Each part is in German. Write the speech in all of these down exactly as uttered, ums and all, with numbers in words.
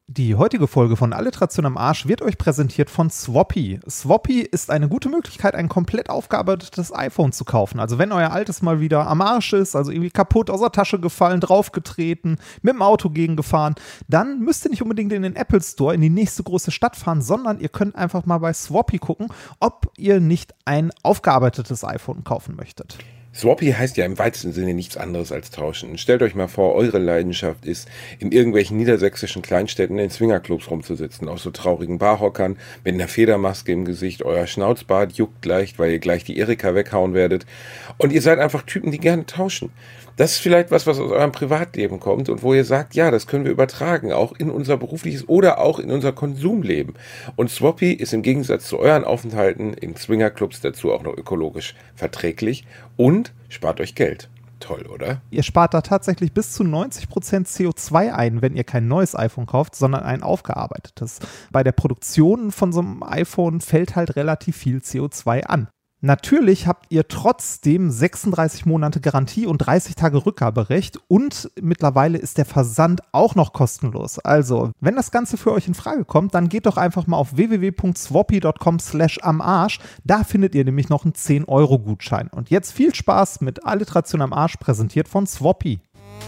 Die heutige Folge von Alliteration am Arsch wird euch präsentiert von Swappy. Swappy ist eine gute Möglichkeit, ein komplett aufgearbeitetes iPhone zu kaufen. Also wenn euer altes mal wieder am Arsch ist, also irgendwie kaputt, aus der Tasche gefallen, draufgetreten, mit dem Auto gegengefahren, dann müsst ihr nicht unbedingt in den Apple Store in die nächste große Stadt fahren, sondern ihr könnt einfach mal bei Swappy gucken, ob ihr nicht ein aufgearbeitetes iPhone kaufen möchtet. Swappy heißt ja im weitesten Sinne nichts anderes als tauschen. Stellt euch mal vor, eure Leidenschaft ist, in irgendwelchen niedersächsischen Kleinstädten in Swingerclubs rumzusitzen, auf so traurigen Barhockern, mit einer Federmaske im Gesicht, euer Schnauzbart juckt leicht, weil ihr gleich die Erika weghauen werdet. Und ihr seid einfach Typen, die gerne tauschen. Das ist vielleicht was, was aus eurem Privatleben kommt und wo ihr sagt, ja, das können wir übertragen, auch in unser berufliches oder auch in unser Konsumleben. Und Swappy ist im Gegensatz zu euren Aufenthalten in Swingerclubs dazu auch noch ökologisch verträglich und spart euch Geld. Toll, oder? Ihr spart da tatsächlich bis zu neunzig Prozent C O zwei ein, wenn ihr kein neues iPhone kauft, sondern ein aufgearbeitetes. Bei der Produktion von so einem iPhone fällt halt relativ viel C O zwei an. Natürlich habt ihr trotzdem sechsunddreißig Monate Garantie und dreißig Tage Rückgaberecht und mittlerweile ist der Versand auch noch kostenlos. Also, wenn das Ganze für euch in Frage kommt, dann geht doch einfach mal auf w w w punkt swappy punkt com slash am Arsch. Da findet ihr nämlich noch einen zehn Euro Gutschein. Und jetzt viel Spaß mit Alliteration am Arsch, präsentiert von Swappy.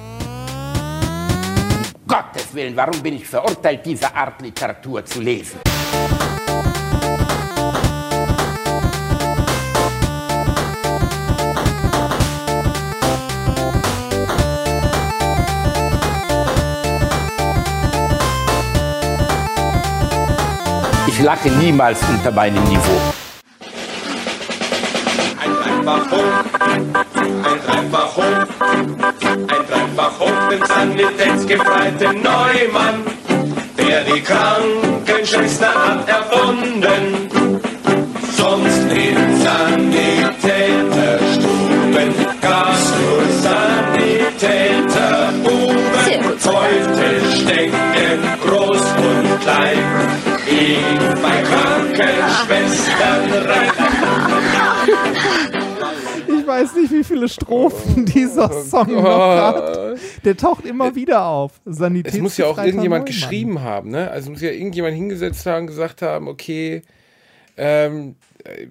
Gottes Willen, warum bin ich verurteilt, diese Art Literatur zu lesen? Ich lache niemals unter meinem Niveau. Ein Dreifach hoch, ein Dreifach hoch, ein Dreifach hoch, den sanitätsgefreiten Neumann, der die Krankenschwester hat erfunden. Sonst in Sanitäterstuben gab's nur Sanitäterbuben. Heute stecken groß und klein. Bei Krankenschwestern rein. Ich weiß nicht, wie viele Strophen dieser Song oh noch hat. Der taucht immer wieder auf. Es muss ja auch irgendjemand Neumann. geschrieben haben, ne? Also muss ja irgendjemand hingesetzt haben und gesagt haben, okay, ähm, äh,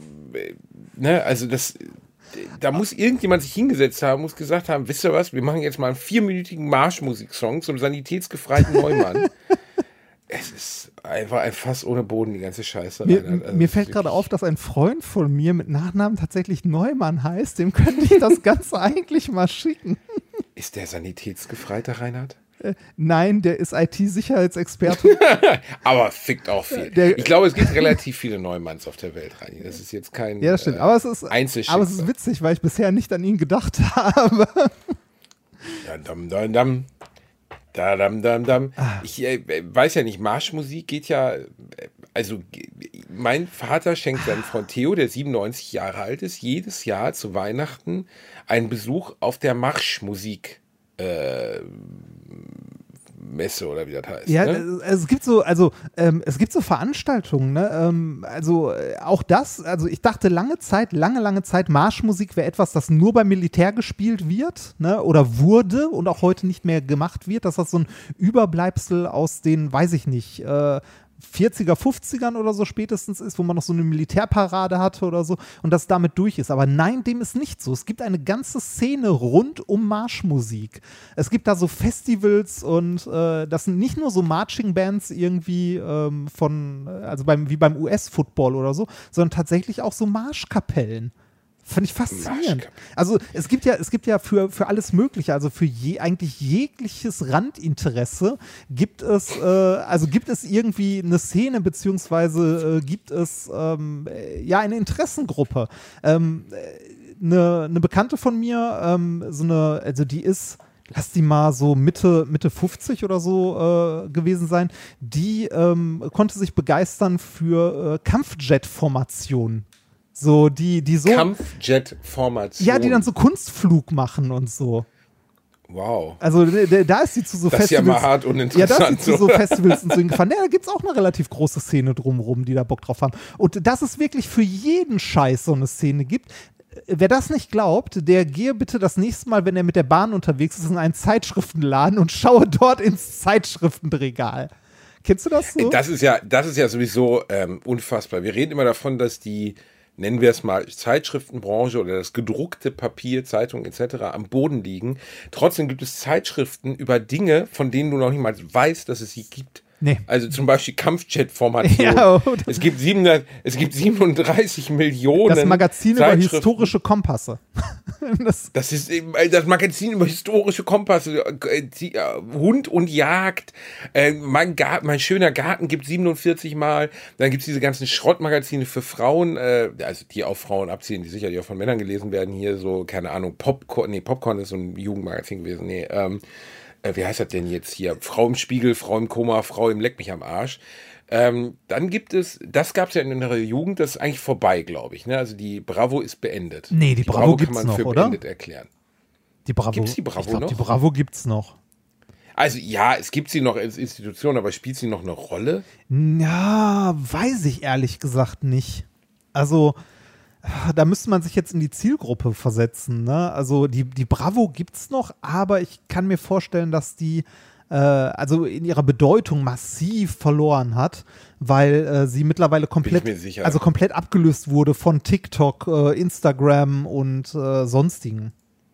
ne, also das, da muss irgendjemand sich hingesetzt haben, muss gesagt haben, wisst ihr was, wir machen jetzt mal einen vierminütigen Marschmusiksong zum sanitätsgefreiten Neumann. Es ist einfach ein Fass ohne Boden, die ganze Scheiße. Mir, also mir fällt gerade auf, dass ein Freund von mir mit Nachnamen tatsächlich Neumann heißt. Dem könnte ich das Ganze eigentlich mal schicken. Ist der Sanitätsgefreite, Reinhard? Äh, nein, der ist I T-Sicherheitsexperte. Aber fickt auch viel. Der, ich glaube, es gibt relativ viele Neumanns auf der Welt, Reini. Das ist jetzt kein ja, das stimmt. Aber es ist, Einzelschicksal. Aber es ist witzig, weil ich bisher nicht an ihn gedacht habe. Ja, dam, dam, dam. Da, dam, dam, dam. Ich äh, weiß ja nicht, Marschmusik geht ja, also mein Vater schenkt seinem Freund Theo, der siebenundneunzig Jahre alt ist, jedes Jahr zu Weihnachten einen Besuch auf der Marschmusik äh, Messe oder wie das heißt. Ja, ne? es gibt so, also ähm, es gibt so Veranstaltungen, ne? Ähm, also äh, auch das, also ich dachte lange Zeit, lange, lange Zeit, Marschmusik wäre etwas, das nur beim Militär gespielt wird, ne? Oder wurde und auch heute nicht mehr gemacht wird, dass das so ein Überbleibsel aus den, weiß ich nicht, äh, vierziger, fünfzigern oder so spätestens ist, wo man noch so eine Militärparade hatte oder so und das damit durch ist. Aber nein, dem ist nicht so. Es gibt eine ganze Szene rund um Marschmusik. Es gibt da so Festivals und äh, das sind nicht nur so Marching-Bands irgendwie ähm, von, also beim, wie beim U S-Football oder so, sondern tatsächlich auch so Marschkapellen. Finde ich faszinierend. Also es gibt ja, es gibt ja für, für alles Mögliche, also für je, eigentlich jegliches Randinteresse gibt es, äh, also gibt es irgendwie eine Szene, beziehungsweise äh, gibt es ähm, ja eine Interessengruppe. Ähm, eine, eine Bekannte von mir, ähm, so eine, also die ist, lass die mal so Mitte, Mitte fünfzig oder so äh, gewesen sein, die ähm, konnte sich begeistern für äh, Kampfjet-Formationen. So, die, die so. Kampfjet-Formation. Ja, die dann so Kunstflug machen und so. Wow. Also da ist sie zu so das Festivals. Das ist ja mal hart und interessant. Ja, da ist sie zu so Festivals und so hingefahren. Ja, da gibt es auch eine relativ große Szene drumherum, die da Bock drauf haben. Und dass es wirklich für jeden Scheiß so eine Szene gibt, wer das nicht glaubt, der gehe bitte das nächste Mal, wenn er mit der Bahn unterwegs ist, in einen Zeitschriftenladen und schaue dort ins Zeitschriftenregal. Kennst du das so? Das ist ja, das ist ja sowieso ähm, unfassbar. Wir reden immer davon, dass die, nennen wir es mal, Zeitschriftenbranche oder das gedruckte Papier, Zeitung et cetera am Boden liegen. Trotzdem gibt es Zeitschriften über Dinge, von denen du noch nicht mal weißt, dass es sie gibt. Nee. Also zum Beispiel Kampfjet-Formation. Ja, es, gibt siebenhundert, es gibt siebenunddreißig Millionen Das Magazin über historische Kompasse. das, das ist eben, das Magazin über historische Kompasse. Die, uh, Hund und Jagd. Äh, mein, Garten, mein schöner Garten gibt siebenundvierzig Mal. Dann gibt es diese ganzen Schrottmagazine für Frauen, äh, also die auf Frauen abziehen, die sicherlich auch von Männern gelesen werden. Hier so, keine Ahnung, Popcorn. Nee, Popcorn ist so ein Jugendmagazin gewesen. Nee, ähm, wie heißt das denn jetzt hier? Frau im Spiegel, Frau im Koma, Frau im Leck mich am Arsch. Ähm, dann gibt es, das gab es ja in der Jugend, das ist eigentlich vorbei, glaube ich. Ne? Also die Bravo ist beendet. Nee, die, die Bravo, Bravo gibt's kann man noch, für oder? beendet erklären. Die Bravo, gibt's die Bravo ich glaub, noch? Die Bravo gibt's noch. Also ja, es gibt sie noch als Institution, aber spielt sie noch eine Rolle? Ja, weiß ich ehrlich gesagt nicht. Also da müsste man sich jetzt in die Zielgruppe versetzen. Ne? Also die, die Bravo gibt's noch, aber ich kann mir vorstellen, dass die äh, also in ihrer Bedeutung massiv verloren hat, weil äh, sie mittlerweile komplett, also komplett abgelöst wurde von TikTok, äh, Instagram und äh, sonstigen.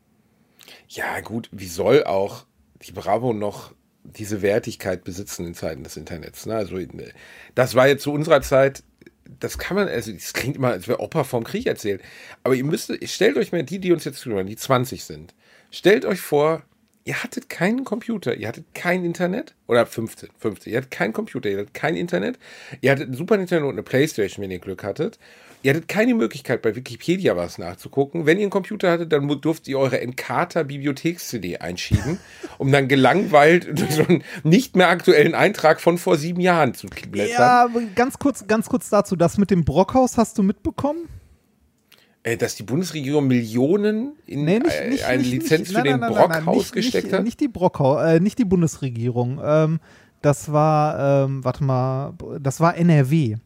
Ja gut, wie soll auch die Bravo noch diese Wertigkeit besitzen in Zeiten des Internets? Ne? Also das war jetzt zu unserer Zeit. Das kann man, also das klingt immer, als wäre Opa vom Krieg erzählt. Aber ihr müsst, stellt euch mal die, die uns jetzt zuhören, die zwanzig sind. Stellt euch vor, ihr hattet keinen Computer, ihr hattet kein Internet. Oder fünfzehn, fünfzehn, ihr hattet keinen Computer, ihr hattet kein Internet. Ihr hattet ein Super Nintendo und eine Playstation, wenn ihr Glück hattet. Ihr hattet keine Möglichkeit, bei Wikipedia was nachzugucken. Wenn ihr einen Computer hattet, dann durft ihr eure Encarta-Bibliotheks-C D einschieben, um dann gelangweilt so einen nicht mehr aktuellen Eintrag von vor sieben Jahren zu blättern. Ja, ganz kurz, ganz kurz dazu, das mit dem Brockhaus hast du mitbekommen? Äh, dass die Bundesregierung Millionen in nee, nicht, nicht, eine nicht, Lizenz nicht, für nein, den nein, Brockhaus nein, nein, nicht, gesteckt nicht, hat? Nicht die Brockhaus, äh, nicht die Bundesregierung. Ähm, das war, ähm, warte mal, das war N R W.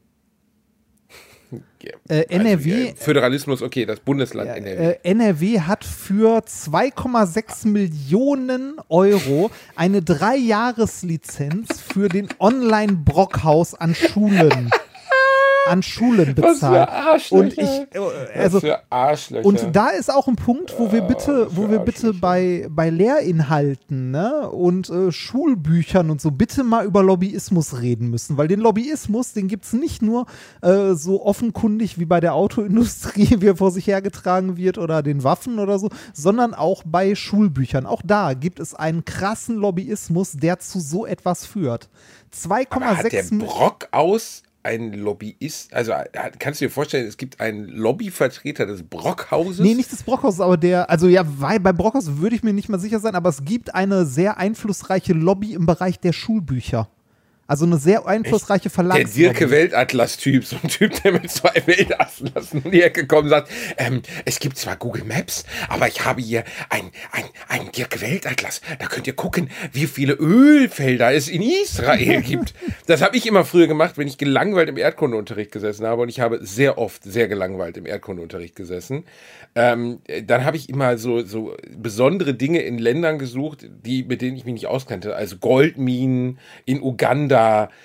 Ja, äh, N R W. Also, äh, Föderalismus, okay, das Bundesland ja, N R W. Äh, N R W hat für zwei Komma sechs Millionen Euro eine Drei-Jahres-Lizenz für den Online-Brockhaus an Schulen an Schulen bezahlt. Was für und ich also Was für Arschlöcher. Und da ist auch ein Punkt, wo wir bitte, wo wir bitte bei, bei Lehrinhalten, ne, und äh, Schulbüchern und so bitte mal über Lobbyismus reden müssen, weil den Lobbyismus, den gibt es nicht nur äh, so offenkundig wie bei der Autoindustrie, wie er vor sich hergetragen wird oder den Waffen oder so, sondern auch bei Schulbüchern. Auch da gibt es einen krassen Lobbyismus, der zu so etwas führt. zwei Komma sechs Hat der Brockhaus ein Lobbyist, also kannst du dir vorstellen, es gibt einen Lobbyvertreter des Brockhauses? Nee, nicht des Brockhauses, aber der, also ja, weil beim Brockhaus würde ich mir nicht mal sicher sein, aber es gibt eine sehr einflussreiche Lobby im Bereich der Schulbücher. Also eine sehr einflussreiche Verlagslobby. Der Dirke Weltatlas-Typ, so ein Typ, der mit zwei Weltatlassen um die Ecke kommt und sagt, ähm, es gibt zwar Google Maps, aber ich habe hier ein, ein, ein Dirke Weltatlas. Da könnt ihr gucken, wie viele Ölfelder es in Israel gibt. Das habe ich immer früher gemacht, wenn ich gelangweilt im Erdkundeunterricht gesessen habe. Und ich habe sehr oft sehr gelangweilt im Erdkundeunterricht gesessen. Ähm, dann habe ich immer so, so besondere Dinge in Ländern gesucht, die, mit denen ich mich nicht auskannte. Also Goldminen in Uganda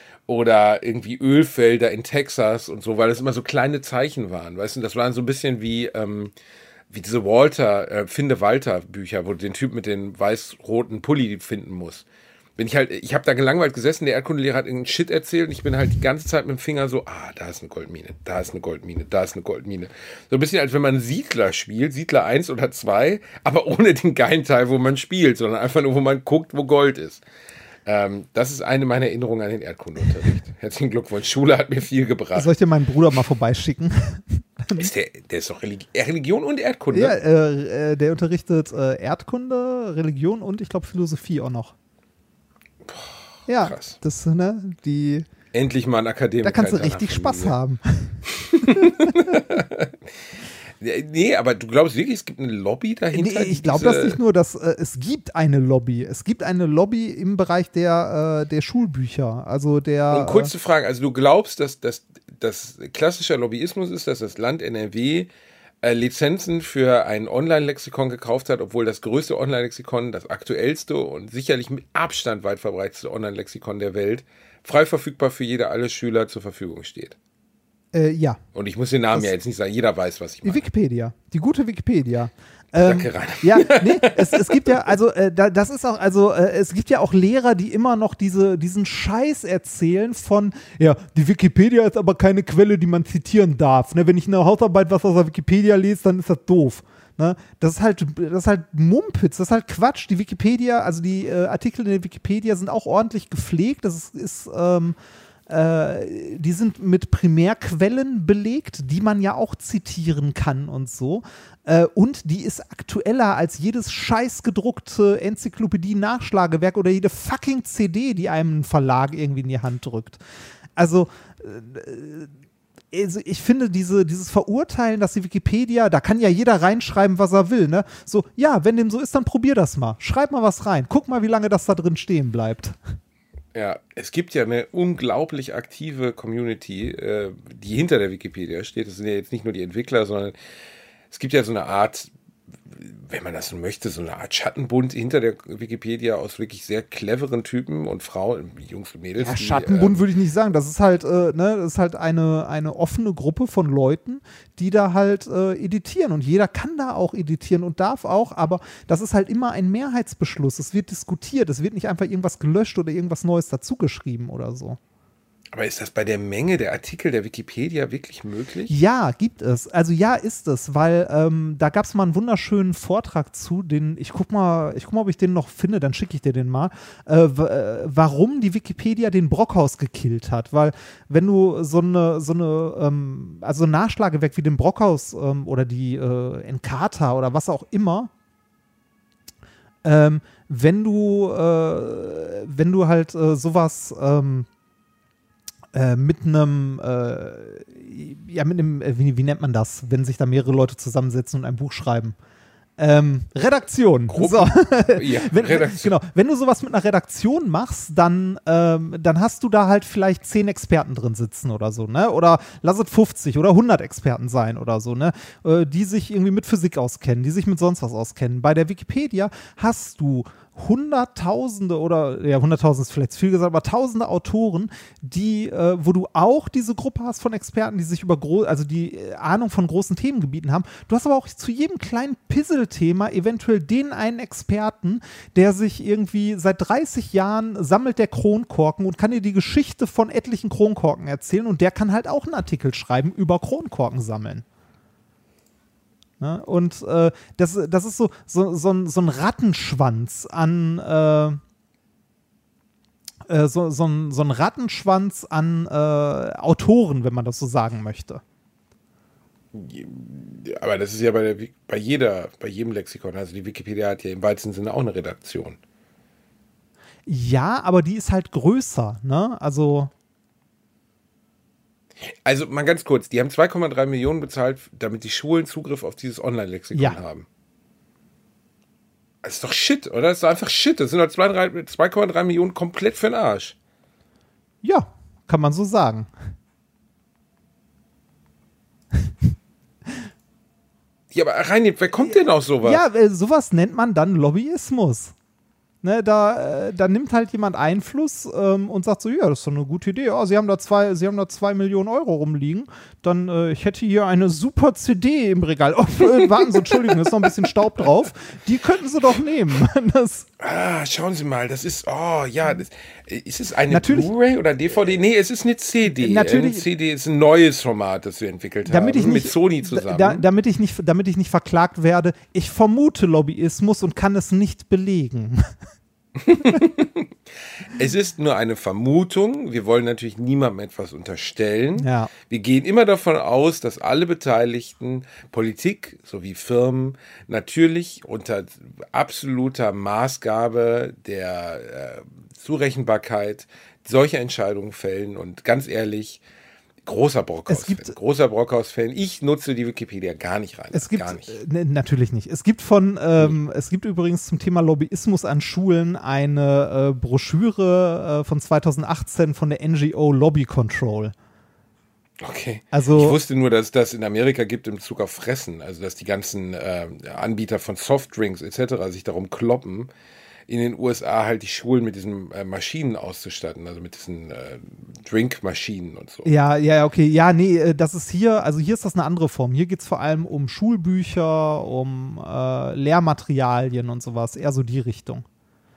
oder irgendwie Ölfelder in Texas und so, weil das immer so kleine Zeichen waren, weißt du, das waren so ein bisschen wie, ähm, wie diese Walter, äh, Finde-Walter-Bücher, wo du den Typ mit den weiß-roten Pulli finden musst. Wenn ich halt, ich habe da gelangweilt gesessen, der Erdkundelehrer hat irgendeinen Shit erzählt und ich bin halt die ganze Zeit mit dem Finger so, ah, da ist eine Goldmine, da ist eine Goldmine, da ist eine Goldmine. So ein bisschen, als wenn man Siedler spielt, Siedler eins oder zwei, aber ohne den geilen Teil, wo man spielt, sondern einfach nur, wo man guckt, wo Gold ist. Ähm, das ist eine meiner Erinnerungen an den Erdkundeunterricht. Herzlichen Glückwunsch, Schule hat mir viel gebracht. Soll ich dir meinen Bruder mal vorbeischicken? Ist der, der ist doch Religi- Religion und Erdkunde? Ja, äh, äh, der unterrichtet äh, Erdkunde, Religion und ich glaube Philosophie auch noch. Boah, ja, krass. Das, ne, die... Endlich mal ein Akademiker. Da kannst du richtig Spaß haben. Nee, aber du glaubst wirklich, es gibt eine Lobby dahinter? Nee, ich glaube das nicht nur, dass äh, es gibt eine Lobby. Es gibt eine Lobby im Bereich der, äh, der Schulbücher. Also der. Und kurze Frage, also du glaubst, dass das klassischer Lobbyismus ist, dass das Land N R W äh, Lizenzen für ein Online-Lexikon gekauft hat, obwohl das größte Online-Lexikon, das aktuellste und sicherlich mit Abstand weit verbreitetste Online-Lexikon der Welt, frei verfügbar für jede, alle Schüler zur Verfügung steht. Äh, ja. Und ich muss den Namen das ja jetzt nicht sagen, jeder weiß, was ich meine. Die Wikipedia, die gute Wikipedia. Ähm, Danke, Rainer. Ja, nee, es, es gibt ja, also äh, da, das ist auch, also äh, es gibt ja auch Lehrer, die immer noch diese, diesen Scheiß erzählen von, ja, die Wikipedia ist aber keine Quelle, die man zitieren darf. Ne? Wenn ich eine Hausarbeit was aus der Wikipedia lese, dann ist das doof. Ne? Das ist halt, das ist halt Mumpitz, das ist halt Quatsch. Die Wikipedia, also die äh, Artikel in der Wikipedia sind auch ordentlich gepflegt. Das ist, ist ähm, Äh, die sind mit Primärquellen belegt, die man ja auch zitieren kann und so. Äh, und die ist aktueller als jedes scheiß gedruckte Enzyklopädie-Nachschlagewerk oder jede fucking C D, die einem ein Verlag irgendwie in die Hand drückt. Also, äh, also ich finde diese, dieses Verurteilen, dass die Wikipedia, da kann ja jeder reinschreiben, was er will, ne? So, ja, wenn dem so ist, dann probier das mal. Schreib mal was rein. Guck mal, wie lange das da drin stehen bleibt. Ja, es gibt ja eine unglaublich aktive Community, äh, die hinter der Wikipedia steht. Das sind ja jetzt nicht nur die Entwickler, sondern es gibt ja so eine Art, wenn man das so möchte, so eine Art Schattenbund hinter der Wikipedia aus wirklich sehr cleveren Typen und Frauen, Jungs und Mädels. Ja, die, Schattenbund ähm, würde ich nicht sagen. Das ist halt, äh, ne, das ist halt eine, eine offene Gruppe von Leuten, die da halt äh, editieren. Und jeder kann da auch editieren und darf auch, aber das ist halt immer ein Mehrheitsbeschluss. Es wird diskutiert, es wird nicht einfach irgendwas gelöscht oder irgendwas Neues dazugeschrieben oder so. Aber ist das bei der Menge der Artikel der Wikipedia wirklich möglich? Ja, gibt es. Also ja, ist es, weil ähm, da gab es mal einen wunderschönen Vortrag zu, den ich guck mal, ich guck mal, ob ich den noch finde, dann schicke ich dir den mal, äh, w- äh, warum die Wikipedia den Brockhaus gekillt hat. Weil wenn du so eine, so eine, ähm, also ein Nachschlagewerk wie den Brockhaus ähm, oder die äh, Encarta oder was auch immer, ähm, wenn du, äh, wenn du halt äh, sowas ähm, Äh, mit einem, äh, ja, mit einem, äh, wie, wie nennt man das, wenn sich da mehrere Leute zusammensetzen und ein Buch schreiben? Ähm, Redaktion. So. Ja, wenn, Redaktion. Genau, wenn du sowas mit einer Redaktion machst, dann, ähm, dann hast du da halt vielleicht zehn Experten drin sitzen oder so, ne? Oder lass es fünfzig oder hundert Experten sein oder so, ne? Äh, die sich irgendwie mit Physik auskennen, die sich mit sonst was auskennen. Bei der Wikipedia hast du Hunderttausende oder, ja, Hunderttausende ist vielleicht zu viel gesagt, aber Tausende Autoren, die, äh, wo du auch diese Gruppe hast von Experten, die sich über groß, also die äh, Ahnung von großen Themengebieten haben. Du hast aber auch zu jedem kleinen Puzzle-Thema eventuell den einen Experten, der sich irgendwie seit dreißig Jahren sammelt der Kronkorken und kann dir die Geschichte von etlichen Kronkorken erzählen und der kann halt auch einen Artikel schreiben über Kronkorken sammeln. Ne? Und äh, das, das ist so, so, so, ein, so ein Rattenschwanz an äh, äh, so, so, ein, so ein Rattenschwanz an äh, Autoren, wenn man das so sagen möchte. Aber das ist ja bei, der, bei jeder, bei jedem Lexikon. Also die Wikipedia hat ja im weitesten Sinne auch eine Redaktion. Ja, aber die ist halt größer, ne? Also Also mal ganz kurz, die haben zwei Komma drei Millionen bezahlt, damit die Schulen Zugriff auf dieses Online-Lexikon Ja. haben. Das ist doch Shit, oder? Das ist doch einfach Shit. Das sind doch zwei Komma drei Millionen komplett für den Arsch. ja, kann man so sagen. Ja, aber Reini, wer kommt denn auf sowas? Ja, äh, sowas nennt man dann Lobbyismus. Ne, da, äh, da nimmt halt jemand Einfluss ähm, und sagt so, ja, das ist doch eine gute Idee. Ja, Sie haben da zwei, Sie haben da zwei Millionen Euro rumliegen. Dann, äh, ich hätte hier eine super C D im Regal. Oh, äh, warten Sie, Entschuldigung, ist noch ein bisschen Staub drauf. Die könnten Sie doch nehmen. Das, Ah, schauen Sie mal, das ist, oh ja, das, ist es eine Natürlich- Blu-ray oder D V D? Nee, es ist eine C D. Natürlich- Eine C D ist ein neues Format, das wir entwickelt damit haben, ich nicht, mit Sony zusammen. Da, damit, ich nicht, damit ich nicht verklagt werde, ich vermute Lobbyismus und kann es nicht belegen. Es ist nur eine Vermutung. Wir wollen natürlich niemandem etwas unterstellen. Ja. Wir gehen immer davon aus, dass alle Beteiligten, Politik sowie Firmen, natürlich unter absoluter Maßgabe der äh, Zurechenbarkeit solche Entscheidungen fällen. Und ganz ehrlich, großer Brockhaus-Fan. Es gibt- Großer Brockhaus-Fan. Ich nutze die Wikipedia gar nicht rein. Es gibt, gar nicht. äh, ne, natürlich nicht. Es gibt von, ähm, es gibt übrigens zum Thema Lobbyismus an Schulen eine äh, Broschüre äh, von zweitausendachtzehn von der N G O Lobby Control. Okay. Also, ich wusste nur, dass es das in Amerika gibt in Bezug auf Fressen. Also, dass die ganzen äh, Anbieter von Softdrinks et cetera sich darum kloppen, in den U S A halt die Schulen mit diesen äh, Maschinen auszustatten. Also mit diesen äh, Drinkmaschinen und so. Ja, ja, okay. Ja, nee, äh, das ist hier, also hier ist das eine andere Form. Hier geht es vor allem um Schulbücher, um äh, Lehrmaterialien und sowas. Eher so die Richtung.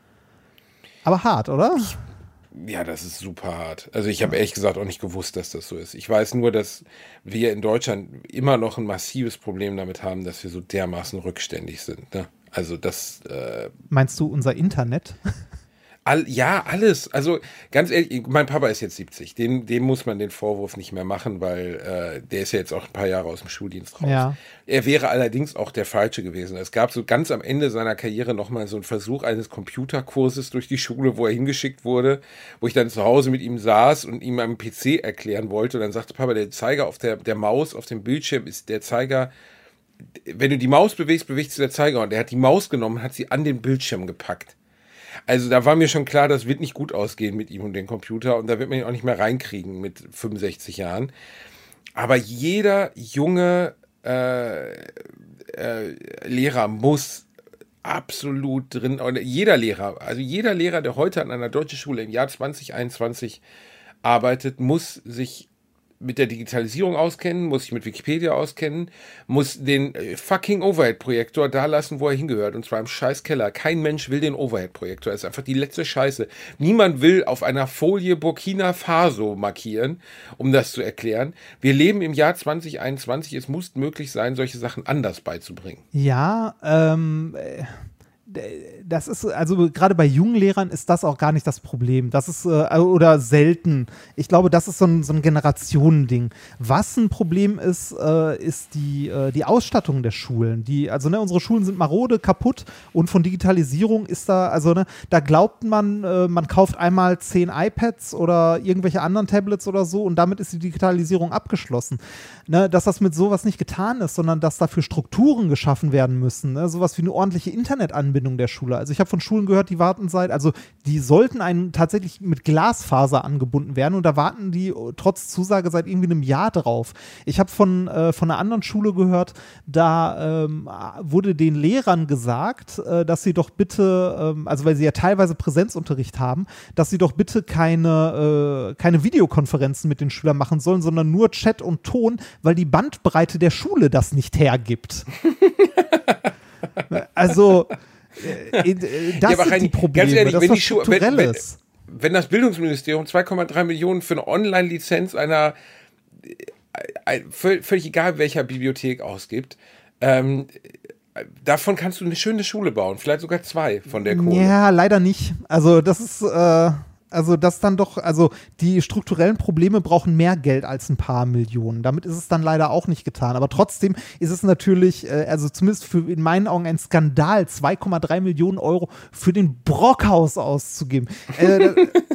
Aber hart, oder? Ja, das ist super hart. Also ich habe ehrlich gesagt auch nicht gewusst, dass das so ist. Ich weiß nur, dass wir in Deutschland immer noch ein massives Problem damit haben, dass wir so dermaßen rückständig sind. Ne? Also das äh, Meinst du unser Internet? All, ja, alles. Also ganz ehrlich, mein Papa ist jetzt siebzig. Dem, dem muss man den Vorwurf nicht mehr machen, weil äh, der ist ja jetzt auch ein paar Jahre aus dem Schuldienst raus. Ja. Er wäre allerdings auch der Falsche gewesen. Es gab so ganz am Ende seiner Karriere nochmal so einen Versuch eines Computerkurses durch die Schule, wo er hingeschickt wurde, wo ich dann zu Hause mit ihm saß und ihm am P C erklären wollte. Und dann sagte Papa, der Zeiger auf der, der Maus auf dem Bildschirm ist der Zeiger, wenn du die Maus bewegst, bewegt sich der Zeiger. Und er hat die Maus genommen und hat sie an den Bildschirm gepackt. Also da war mir schon klar, das wird nicht gut ausgehen mit ihm und dem Computer und da wird man ihn auch nicht mehr reinkriegen mit fünfundsechzig Jahren. Aber jeder junge äh, äh, Lehrer muss absolut drin, oder jeder Lehrer, also jeder Lehrer, der heute an einer deutschen Schule im Jahr zwanzig einundzwanzig arbeitet, muss sich mit der Digitalisierung auskennen, muss sich mit Wikipedia auskennen, muss den fucking Overhead-Projektor da lassen, wo er hingehört, und zwar im scheiß Keller. Kein Mensch will den Overhead-Projektor, das ist einfach die letzte Scheiße. Niemand will auf einer Folie Burkina Faso markieren, um das zu erklären. Wir leben im Jahr zwanzig einundzwanzig, es muss möglich sein, solche Sachen anders beizubringen. Ja, ähm... das ist, also gerade bei jungen Lehrern ist das auch gar nicht das Problem. Das ist, äh, oder selten. Ich glaube, das ist so ein, so ein Generationending. Was ein Problem ist, äh, ist die, äh, die Ausstattung der Schulen. Die, also, ne, unsere Schulen sind marode, kaputt, und von Digitalisierung ist da, also, ne, da glaubt man, äh, man kauft einmal zehn iPads oder irgendwelche anderen Tablets oder so und damit ist die Digitalisierung abgeschlossen. Ne, dass das mit sowas nicht getan ist, sondern dass dafür Strukturen geschaffen werden müssen. Ne? Sowas wie eine ordentliche Internetanbindung der Schule. Also ich habe von Schulen gehört, die warten seit, also die sollten einen tatsächlich mit Glasfaser angebunden werden und da warten die trotz Zusage seit irgendwie einem Jahr drauf. Ich habe von, äh, von einer anderen Schule gehört, da ähm, wurde den Lehrern gesagt, äh, dass sie doch bitte, ähm, also weil sie ja teilweise Präsenzunterricht haben, dass sie doch bitte keine, äh, keine Videokonferenzen mit den Schülern machen sollen, sondern nur Chat und Ton, weil die Bandbreite der Schule das nicht hergibt. Also, äh, äh, das ja, sind Reini, die Probleme, ganz ehrlich, das wenn, ist die Schu- was wenn, wenn, Strukturelles. wenn das Bildungsministerium zwei Komma drei Millionen für eine Online-Lizenz einer äh, völlig egal welcher Bibliothek ausgibt, ähm, davon kannst du eine schöne Schule bauen, vielleicht sogar zwei von der Kohle. Ja, leider nicht. Also das ist, äh, also das dann doch, also die strukturellen Probleme brauchen mehr Geld als ein paar Millionen. Damit ist es dann leider auch nicht getan. Aber trotzdem ist es natürlich, äh, also zumindest für in meinen Augen ein Skandal, zwei Komma drei Millionen Euro für den Brockhaus auszugeben. Äh,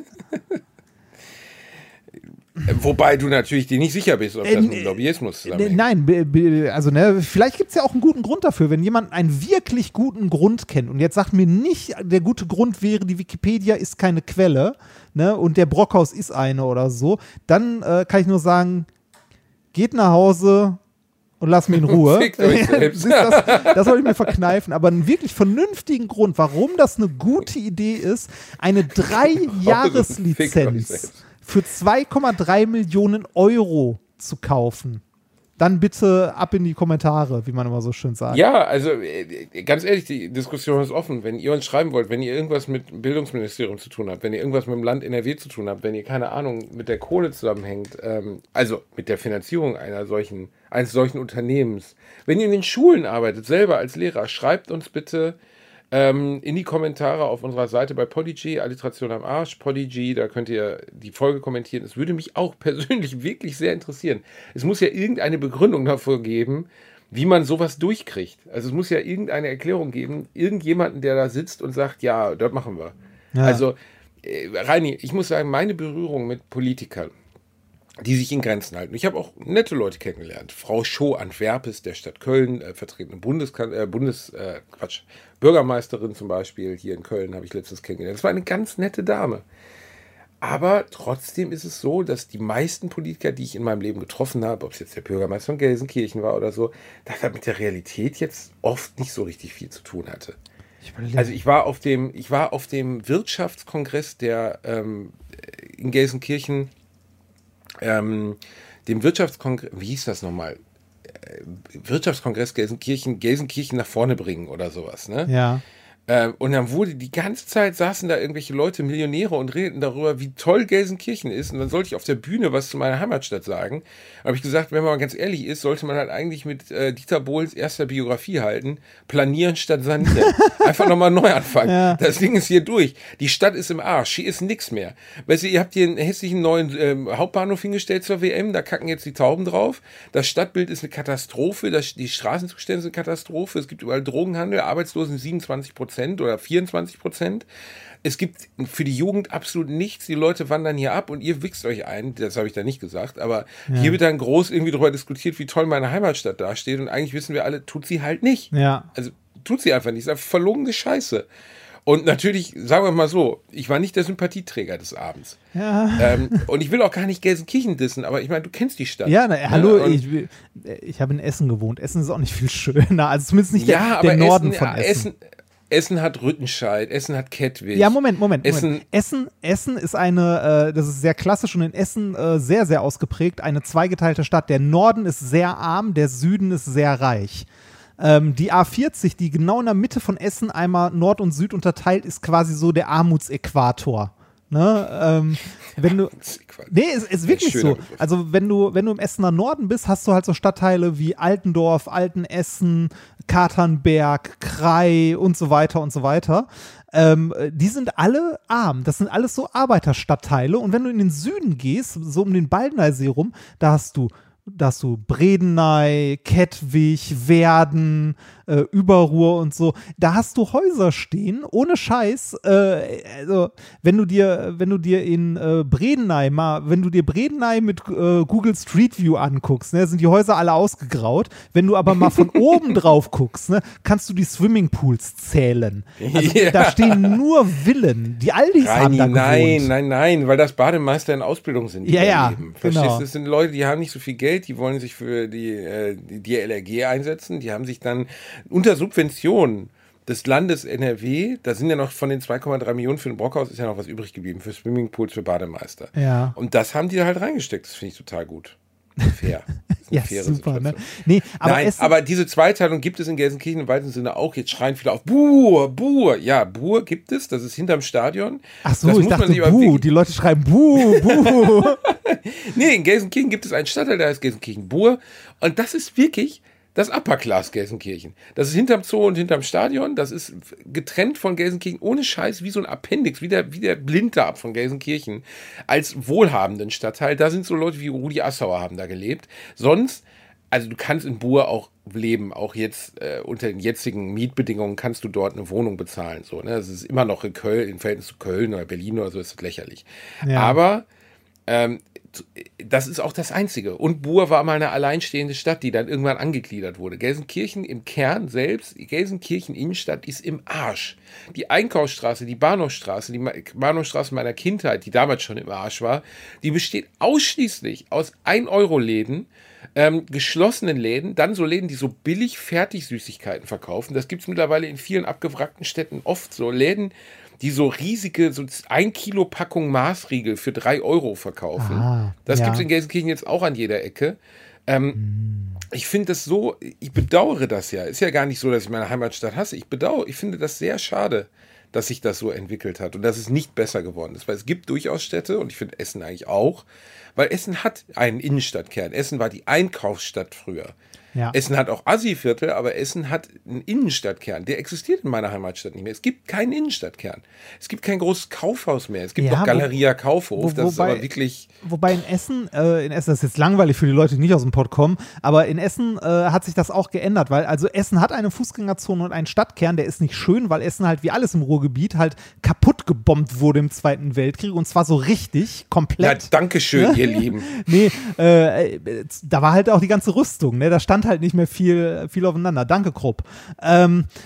Wobei du natürlich dir nicht sicher bist, ob das Äh, mit Lobbyismus zusammenhängt. Nein, be- be- also ne, vielleicht gibt es ja auch einen guten Grund dafür, wenn jemand einen wirklich guten Grund kennt und jetzt sagt mir nicht, der gute Grund wäre, die Wikipedia ist keine Quelle, ne, und der Brockhaus ist eine oder so, dann äh, kann ich nur sagen, geht nach Hause und lass mich in Ruhe. Fickt euch selbst. das, das soll ich mir verkneifen, aber einen wirklich vernünftigen Grund, warum das eine gute Idee ist, eine Drei-Jahres-Lizenz für zwei Komma drei Millionen Euro zu kaufen. Dann bitte ab in die Kommentare, wie man immer so schön sagt. Ja, also äh, ganz ehrlich, die Diskussion ist offen. Wenn ihr uns schreiben wollt, wenn ihr irgendwas mit dem Bildungsministerium zu tun habt, wenn ihr irgendwas mit dem Land N R W zu tun habt, wenn ihr, keine Ahnung, mit der Kohle zusammenhängt, ähm, also mit der Finanzierung einer solchen, eines solchen Unternehmens, wenn ihr in den Schulen arbeitet, selber als Lehrer, schreibt uns bitte ähm, in die Kommentare auf unserer Seite bei Podigy, Alliteration am Arsch, Podigy, da könnt ihr die Folge kommentieren. Es würde mich auch persönlich wirklich sehr interessieren. Es muss ja irgendeine Begründung dafür geben, wie man sowas durchkriegt. Also es muss ja irgendeine Erklärung geben, irgendjemanden, der da sitzt und sagt, ja, das machen wir. Ja. Also, äh, Reini, ich muss sagen, meine Berührung mit Politikern, die sich in Grenzen halten. Ich habe auch nette Leute kennengelernt. Frau Scho Antwerpes der Stadt Köln, äh, vertretene Bundeskan- äh, Bundes, äh, Quatsch, Bürgermeisterin zum Beispiel hier in Köln habe ich letztens kennengelernt. Das war eine ganz nette Dame. Aber trotzdem ist es so, dass die meisten Politiker, die ich in meinem Leben getroffen habe, ob es jetzt der Bürgermeister von Gelsenkirchen war oder so, das hat mit der Realität jetzt oft nicht so richtig viel zu tun hatte. Ich also ich war auf dem, ich war auf dem Wirtschaftskongress der ähm, in Gelsenkirchen, ähm, dem Wirtschaftskongress, wie hieß das nochmal? Äh, Wirtschaftskongress Gelsenkirchen, Gelsenkirchen nach vorne bringen oder sowas, ne? Ja. Ähm, und dann wurde die ganze Zeit, saßen da irgendwelche Leute, Millionäre und redeten darüber, wie toll Gelsenkirchen ist. Und dann sollte ich auf der Bühne was zu meiner Heimatstadt sagen. Da habe ich gesagt, wenn man mal ganz ehrlich ist, sollte man halt eigentlich mit äh, Dieter Bohlens erster Biografie halten. Planieren statt sanieren. Einfach nochmal neu anfangen. Ja. Das Ding ist hier durch. Die Stadt ist im Arsch. Hier ist nix mehr. Weißt du, ihr habt hier einen hässlichen neuen ähm, Hauptbahnhof hingestellt zur W M. Da kacken jetzt die Tauben drauf. Das Stadtbild ist eine Katastrophe. Das, die Straßenzustände sind eine Katastrophe. Es gibt überall Drogenhandel. Arbeitslosen siebenundzwanzig Prozent oder vierundzwanzig Prozent. Es gibt für die Jugend absolut nichts. Die Leute wandern hier ab und ihr wichst euch ein. Das habe ich da nicht gesagt. Aber ja. Hier wird dann groß irgendwie darüber diskutiert, wie toll meine Heimatstadt dasteht. Und eigentlich wissen wir alle, tut sie halt nicht. Ja. Also tut sie einfach nicht. Das ist einfach verlogene Scheiße. Und natürlich, sagen wir mal so, ich war nicht der Sympathieträger des Abends. Ja. Ähm, und ich will auch gar nicht Gelsenkirchen dissen, aber ich meine, du kennst die Stadt. Ja, na, hallo, ja, ich, ich habe in Essen gewohnt. Essen ist auch nicht viel schöner. Also zumindest nicht ja, der, der aber Norden Essen, von ja, Essen. Essen Essen hat Rüttenscheid, Essen hat Kettwig. Ja, Moment, Moment, Essen, Moment. Essen, Essen ist eine, äh, das ist sehr klassisch und in Essen äh, sehr, sehr ausgeprägt, eine zweigeteilte Stadt. Der Norden ist sehr arm, der Süden ist sehr reich. Ähm, die A vierzig, die genau in der Mitte von Essen einmal Nord und Süd unterteilt, ist quasi so der Armutsäquator. Ne? Ähm, wenn du, nee, es ist wirklich so. Begriff. Also wenn du, wenn du im Essener Norden bist, hast du halt so Stadtteile wie Altendorf, Altenessen, Katernberg, Krai und so weiter und so weiter. Ähm, die sind alle arm. Das sind alles so Arbeiterstadtteile. Und wenn du in den Süden gehst, so um den Baldeneysee rum, da hast du Da hast du Bredeney, Kettwig, Werden, äh, Überruhr und so. Da hast du Häuser stehen, ohne Scheiß. Äh, also, wenn du dir, wenn du dir in äh, Bredeney mal, wenn du dir Bredeney mit äh, Google Street View anguckst, ne, sind die Häuser alle ausgegraut. Wenn du aber mal von oben drauf guckst, ne, kannst du die Swimmingpools zählen. Also, ja. Da stehen nur Villen. Die Aldis Reini, haben da gewohnt. Nein, nein, nein, weil das Bademeister in Ausbildung sind. Die ja, ja, leben. Verstehst genau. du? Das sind Leute, die haben nicht so viel Geld, die wollen sich für die, äh, die D L R G einsetzen, die haben sich dann unter Subvention des Landes N R W, da sind ja noch von den zwei Komma drei Millionen für den Brockhaus ist ja noch was übrig geblieben, für Swimmingpools, für Bademeister. Ja. Und das haben die da halt reingesteckt, das finde ich total gut. Fair. Ja, super, ne? Nee, aber, Nein, aber diese Zweiteilung gibt es in Gelsenkirchen im weitesten Sinne auch. Jetzt schreien viele auf, Buhr, Buhr. Ja, Buhr gibt es, das ist hinterm Stadion. Ach so, das ich dachte Buh, die Leute schreiben Buh, Buh. Nee, in Gelsenkirchen gibt es einen Stadtteil, der heißt Gelsenkirchen-Buhr. Und das ist wirklich das Upper Class Gelsenkirchen. Das ist hinterm Zoo und hinterm Stadion. Das ist getrennt von Gelsenkirchen, ohne Scheiß, wie so ein Appendix, wie der, wie der Blinddarm von Gelsenkirchen. Als wohlhabenden Stadtteil. Da sind so Leute wie Rudi Assauer haben da gelebt. Sonst, also du kannst in Buhr auch leben, auch jetzt äh, unter den jetzigen Mietbedingungen kannst du dort eine Wohnung bezahlen. So, ne? Das ist immer noch in Köln, im Verhältnis zu Köln oder Berlin oder so, ist das lächerlich. Ja. Aber ähm, das ist auch das Einzige. Und Buhr war mal eine alleinstehende Stadt, die dann irgendwann angegliedert wurde. Gelsenkirchen im Kern selbst, Gelsenkirchen Innenstadt ist im Arsch. Die Einkaufsstraße, die Bahnhofstraße, die Bahnhofstraße meiner Kindheit, die damals schon im Arsch war, die besteht ausschließlich aus ein Euro Läden, ähm, geschlossenen Läden, dann so Läden, die so billig Fertigsüßigkeiten verkaufen. Das gibt es mittlerweile in vielen abgewrackten Städten oft so. Läden, die so riesige, so ein Kilo Packung Maßriegel für drei Euro verkaufen. Ah, das ja. gibt es in Gelsenkirchen jetzt auch an jeder Ecke. Ähm, mm. Ich finde das so, ich bedauere das ja. Ist ja gar nicht so, dass ich meine Heimatstadt hasse. Ich bedauere, ich finde das sehr schade, dass sich das so entwickelt hat und dass es nicht besser geworden ist. Weil es gibt durchaus Städte, und ich finde Essen eigentlich auch, weil Essen hat einen Innenstadtkern. Essen war die Einkaufsstadt früher. Ja. Essen hat auch Assi-Viertel, aber Essen hat einen Innenstadtkern. Der existiert in meiner Heimatstadt nicht mehr. Es gibt keinen Innenstadtkern. Es gibt kein großes Kaufhaus mehr. Es gibt ja, noch Galeria wo, Kaufhof. Wo, das wobei, ist aber wirklich... Wobei in Essen, äh, in Essen, das ist jetzt langweilig für die Leute, die nicht aus dem Pott kommen, aber in Essen äh, hat sich das auch geändert, weil also Essen hat eine Fußgängerzone und einen Stadtkern, der ist nicht schön, weil Essen halt wie alles im Ruhrgebiet halt kaputt gebombt wurde im Zweiten Weltkrieg und zwar so richtig, komplett. Ja, danke schön, ihr Lieben. Nee, äh, da war halt auch die ganze Rüstung, ne? Da stand halt nicht mehr viel, viel aufeinander. Danke, Krupp. Ähm,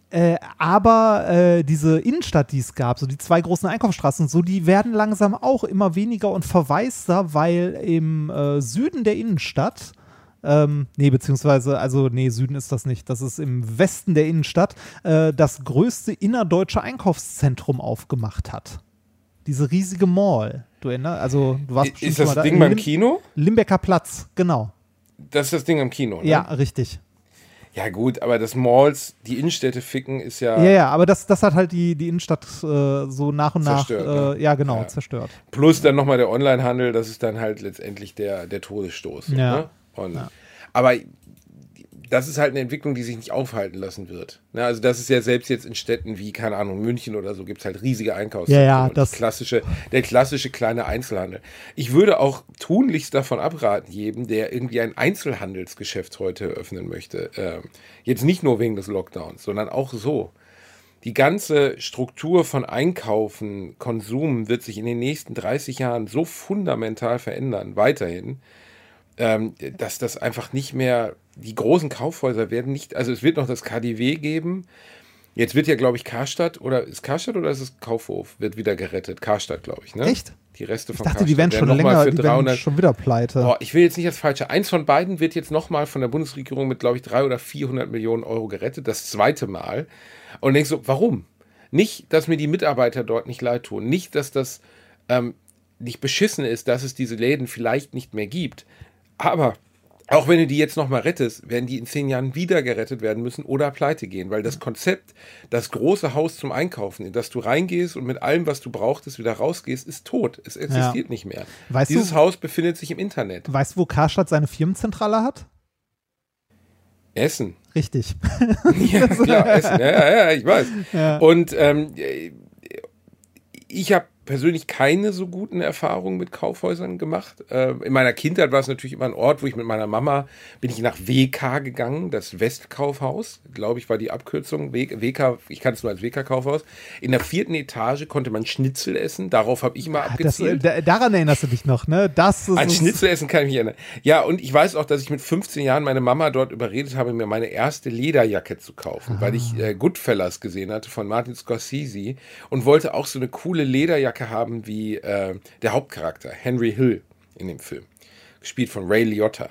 Äh, aber äh, diese Innenstadt, die es gab, so die zwei großen Einkaufsstraßen, so die werden langsam auch immer weniger und verwaister, weil im äh, Süden der Innenstadt, ähm, nee, beziehungsweise, also nee, Süden ist das nicht, das ist im Westen der Innenstadt, äh, das größte innerdeutsche Einkaufszentrum aufgemacht hat. Diese riesige Mall. Du erinnerst, also du warst bestimmt Ist das mal da. Ding beim Lim- Kino? Limbecker Platz, genau. Das ist das Ding am Kino, ne? Ja, richtig. Ja gut, aber das Malls, die Innenstädte ficken, ist ja... Ja, ja, aber das, das hat halt die, die Innenstadt äh, so nach und Zerstört, nach, äh, ne? ja genau, Ja. zerstört. Plus dann nochmal der Onlinehandel, das ist dann halt letztendlich der, der Todesstoß. Ja. Ne? Und, Ja. Aber das ist halt eine Entwicklung, die sich nicht aufhalten lassen wird. Ne? Also das ist ja selbst jetzt in Städten wie, keine Ahnung, München oder so, gibt es halt riesige Einkaufszentren. Ja, ja, und das- klassische, der klassische kleine Einzelhandel. Ich würde auch tunlichst davon abraten, jedem, der irgendwie ein Einzelhandelsgeschäft heute eröffnen möchte. Ähm, jetzt nicht nur wegen des Lockdowns, sondern auch so. Die ganze Struktur von Einkaufen, Konsum wird sich in den nächsten dreißig Jahren so fundamental verändern, weiterhin, ähm, dass das einfach nicht mehr, die großen Kaufhäuser werden nicht, also es wird noch das K D W geben. Jetzt wird ja, glaube ich, Karstadt, oder ist Karstadt oder ist es Kaufhof, wird wieder gerettet. Karstadt, glaube ich, ne? Echt? Die Reste Ich von dachte, Karstadt die wären schon noch mal länger, für die wären dreihundert schon wieder pleite. Boah, ich will jetzt nicht das Falsche. Eins von beiden wird jetzt nochmal von der Bundesregierung mit, glaube ich, dreihundert oder vierhundert Millionen Euro gerettet. Das zweite Mal. Und denkst so, warum? Nicht, dass mir die Mitarbeiter dort nicht leid tun. Nicht, dass das ähm, nicht beschissen ist, dass es diese Läden vielleicht nicht mehr gibt. Aber auch wenn du die jetzt nochmal rettest, werden die in zehn Jahren wieder gerettet werden müssen oder pleite gehen. Weil das Konzept, das große Haus zum Einkaufen, in das du reingehst und mit allem, was du brauchtest, wieder rausgehst, ist tot. Es existiert Ja. nicht mehr. Weißt Dieses du- Haus befindet sich im Internet. Weißt du, wo Karstadt seine Firmenzentrale hat? Essen. Richtig. Ja, klar, Essen. Ja, ja, ja, ich weiß. Ja. Und ähm, ich habe persönlich keine so guten Erfahrungen mit Kaufhäusern gemacht. Äh, in meiner Kindheit war es natürlich immer ein Ort, wo ich mit meiner Mama, bin ich nach W K gegangen, das Westkaufhaus, glaube ich, war die Abkürzung. W K, ich kann es nur als W K-Kaufhaus. In der vierten Etage konnte man Schnitzel essen, darauf habe ich immer Das, abgezielt. da, daran erinnerst du dich noch, ne? Das ist An ist- Schnitzelessen kann ich mich erinnern. Ja, und ich weiß auch, dass ich mit fünfzehn Jahren meine Mama dort überredet habe, mir meine erste Lederjacke zu kaufen, weil ich äh, Goodfellas gesehen hatte von Martin Scorsese und wollte auch so eine coole Lederjacke haben wie äh, der Hauptcharakter, Henry Hill in dem Film, gespielt von Ray Liotta.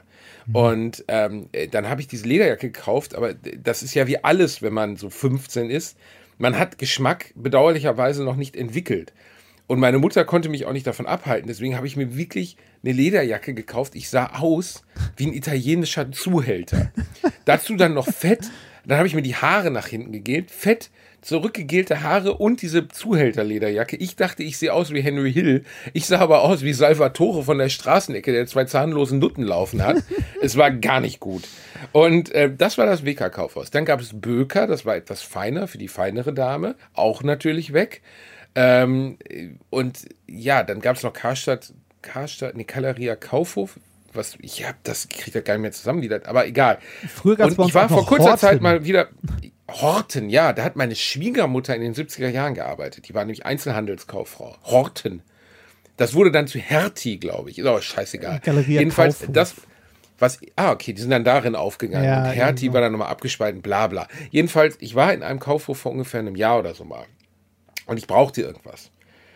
Und ähm, äh, dann habe ich diese Lederjacke gekauft, aber das ist ja wie alles, wenn man so fünfzehn ist. Man hat Geschmack bedauerlicherweise noch nicht entwickelt. Und meine Mutter konnte mich auch nicht davon abhalten. Deswegen habe ich mir wirklich eine Lederjacke gekauft. Ich sah aus wie ein italienischer Zuhälter. Dazu dann noch Fett. Dann habe ich mir die Haare nach hinten gegelt. Fett, zurückgegelte Haare und diese Zuhälterlederjacke. Ich dachte, ich sehe aus wie Henry Hill. Ich sah aber aus wie Salvatore von der Straßenecke, der zwei zahnlosen Nutten laufen hat. Es war gar nicht gut. Und äh, das war das W K-Kaufhaus. Dann gab es Böker, das war etwas feiner für die feinere Dame. Auch natürlich weg. Ähm, und ja, dann gab es noch Karstadt, Karstadt, ne, Galeria Kaufhof, was, ich hab das, ich kriege das gar nicht mehr zusammengliedert, aber egal. Früher gab's Und bei uns ich war auch vor noch kurzer Horten. Zeit mal wieder, Horten, ja, da hat meine Schwiegermutter in den siebziger Jahren gearbeitet, die war nämlich Einzelhandelskauffrau. Horten. Das wurde dann zu Hertie, glaube ich, ist aber scheißegal. Galeria Jedenfalls, Kaufhof. das, was, ah, okay, die sind dann darin aufgegangen. Ja, und Hertie genau. war dann nochmal abgespalten, bla bla. Jedenfalls, ich war in einem Kaufhof vor ungefähr einem Jahr oder so mal. Und ich brauchte irgendwas.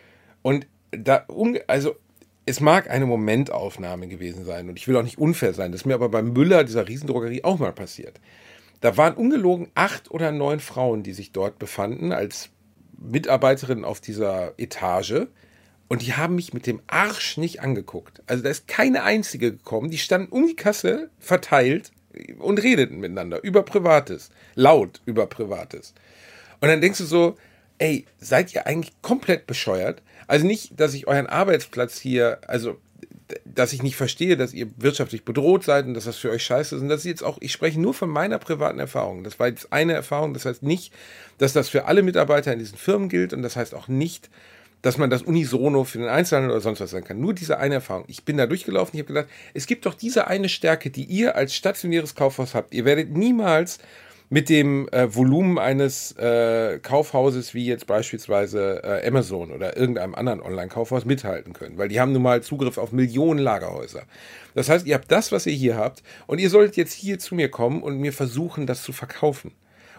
Und da, also, es mag eine Momentaufnahme gewesen sein und ich will auch nicht unfair sein. Das ist mir aber bei Müller, dieser Riesendrogerie, auch mal passiert. Da waren ungelogen acht oder neun Frauen, die sich dort befanden als Mitarbeiterinnen auf dieser Etage. Und die haben mich mit dem Arsch nicht angeguckt. Also da ist keine einzige gekommen. Die standen um die Kasse verteilt und redeten miteinander über Privates. Laut über Privates. Und dann denkst du so, ey, seid ihr eigentlich komplett bescheuert? Also nicht, dass ich euren Arbeitsplatz hier, also dass ich nicht verstehe, dass ihr wirtschaftlich bedroht seid und dass das für euch scheiße ist. Und das ist jetzt auch, ich spreche nur von meiner privaten Erfahrung. Das war jetzt eine Erfahrung. Das heißt nicht, dass das für alle Mitarbeiter in diesen Firmen gilt. Und das heißt auch nicht, dass man das unisono für den Einzelhandel oder sonst was sein kann. Nur diese eine Erfahrung. Ich bin da durchgelaufen, ich habe gedacht, es gibt doch diese eine Stärke, die ihr als stationäres Kaufhaus habt. Ihr werdet niemals mit dem äh, Volumen eines äh, Kaufhauses wie jetzt beispielsweise äh, Amazon oder irgendeinem anderen Online-Kaufhaus mithalten können, weil die haben nun mal Zugriff auf Millionen Lagerhäuser. Das heißt, ihr habt das, was ihr hier habt und ihr solltet jetzt hier zu mir kommen und mir versuchen, das zu verkaufen.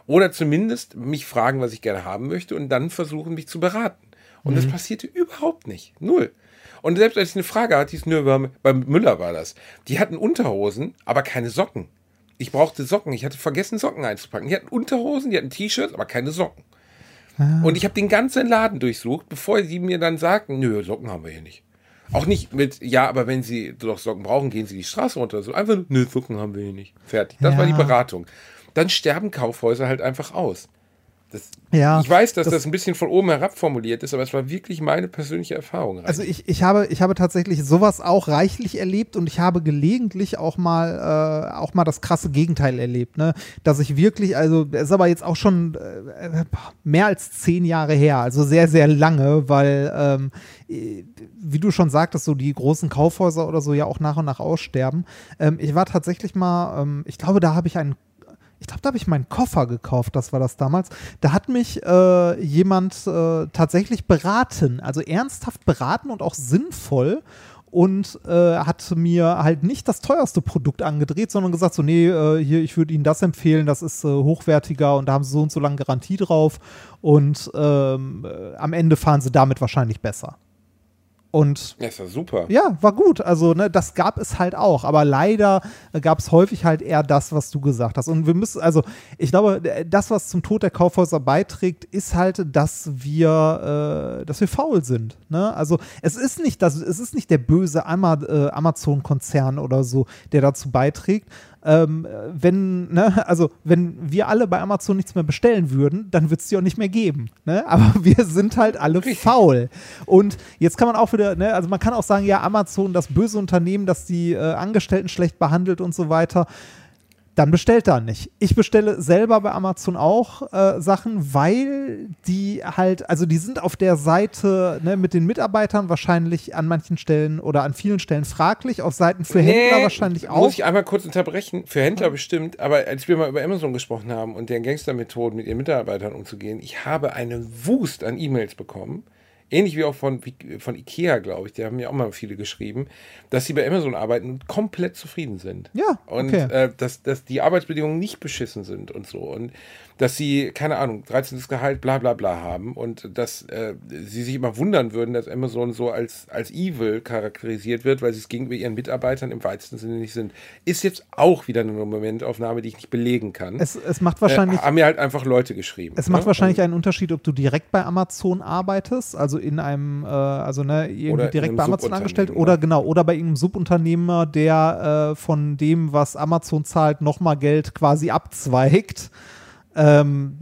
Oder zumindest mich fragen, was ich gerne haben möchte und dann versuchen, mich zu beraten. Und mhm. das passierte überhaupt nicht. Null. Und selbst als ich eine Frage hatte, hieß nur beim, beim Müller war das. Die hatten Unterhosen, aber keine Socken. Ich brauchte Socken. Ich hatte vergessen, Socken einzupacken. Die hatten Unterhosen, die hatten T-Shirts, aber keine Socken. Ah. Und ich habe den ganzen Laden durchsucht, bevor sie mir dann sagten, nö, Socken haben wir hier nicht. Auch nicht mit, ja, aber wenn Sie doch Socken brauchen, gehen Sie die Straße runter. So einfach, nö, Socken haben wir hier nicht. Fertig. Das ja. war die Beratung. Dann sterben Kaufhäuser halt einfach aus. Das, ja, ich weiß, dass das, das ein bisschen von oben herab formuliert ist, aber es war wirklich meine persönliche Erfahrung. Also ich, ich, habe, ich habe tatsächlich sowas auch reichlich erlebt und ich habe gelegentlich auch mal, äh, auch mal das krasse Gegenteil erlebt, ne? Dass ich wirklich, also es ist aber jetzt auch schon äh, mehr als zehn Jahre her, also sehr, sehr lange, weil ähm, wie du schon sagtest, so die großen Kaufhäuser oder so ja auch nach und nach aussterben. Ähm, ich war tatsächlich mal, ähm, ich glaube, da habe ich einen Ich glaube, da habe ich meinen Koffer gekauft, das war das damals. Da hat mich äh, jemand äh, tatsächlich beraten, also ernsthaft beraten und auch sinnvoll und äh, hat mir halt nicht das teuerste Produkt angedreht, sondern gesagt so, nee, äh, hier, ich würde Ihnen das empfehlen, das ist äh, hochwertiger und da haben Sie so und so lange Garantie drauf und ähm, äh, am Ende fahren Sie damit wahrscheinlich besser. Und ja, ist ja super. Ja, war gut. Also, ne, das gab es halt auch. Aber leider gab es häufig halt eher das, was du gesagt hast. Und wir müssen, also, ich glaube, das, was zum Tod der Kaufhäuser beiträgt, ist halt, dass wir, äh, dass wir faul sind. Ne? Also, es ist nicht das, es ist nicht der böse Ama- äh, Amazon-Konzern oder so, der dazu beiträgt. Ähm, wenn, ne, also wenn wir alle bei Amazon nichts mehr bestellen würden, dann wird es die auch nicht mehr geben. Ne? Aber wir sind halt alle faul. Und jetzt kann man auch wieder, ne, also man kann auch sagen, ja, Amazon, das böse Unternehmen, das die äh, Angestellten schlecht behandelt und so weiter. Dann bestellt da nicht. Ich bestelle selber bei Amazon auch äh, Sachen, weil die halt, also die sind auf der Seite, ne, mit den Mitarbeitern wahrscheinlich an manchen Stellen oder an vielen Stellen fraglich, auf Seiten für nee, Händler wahrscheinlich auch. Muss ich einmal kurz unterbrechen, für Händler ja. bestimmt, aber als wir mal über Amazon gesprochen haben und deren Gangstermethoden mit ihren Mitarbeitern umzugehen, ich habe eine Wust an E-Mails bekommen, ähnlich wie auch von, von Ikea, glaube ich, die haben mir auch mal viele geschrieben, dass sie bei Amazon arbeiten und komplett zufrieden sind. Ja, und okay. äh, dass, dass die Arbeitsbedingungen nicht beschissen sind und so. Und dass sie, keine Ahnung, dreizehntes Gehalt, bla bla bla haben und dass äh, sie sich immer wundern würden, dass Amazon so als, als evil charakterisiert wird, weil sie es gegenüber ihren Mitarbeitern im weitesten Sinne nicht sind. Ist jetzt auch wieder eine Momentaufnahme, die ich nicht belegen kann. Es, es macht wahrscheinlich... Äh, haben mir halt einfach Leute geschrieben. Es macht ne? wahrscheinlich einen Unterschied, ob du direkt bei Amazon arbeitest, also in einem, äh, also ne, irgendwie direkt bei Amazon angestellt oder genau, oder bei irgendeinem Subunternehmer, der äh, von dem, was Amazon zahlt, nochmal Geld quasi abzweigt. Ähm,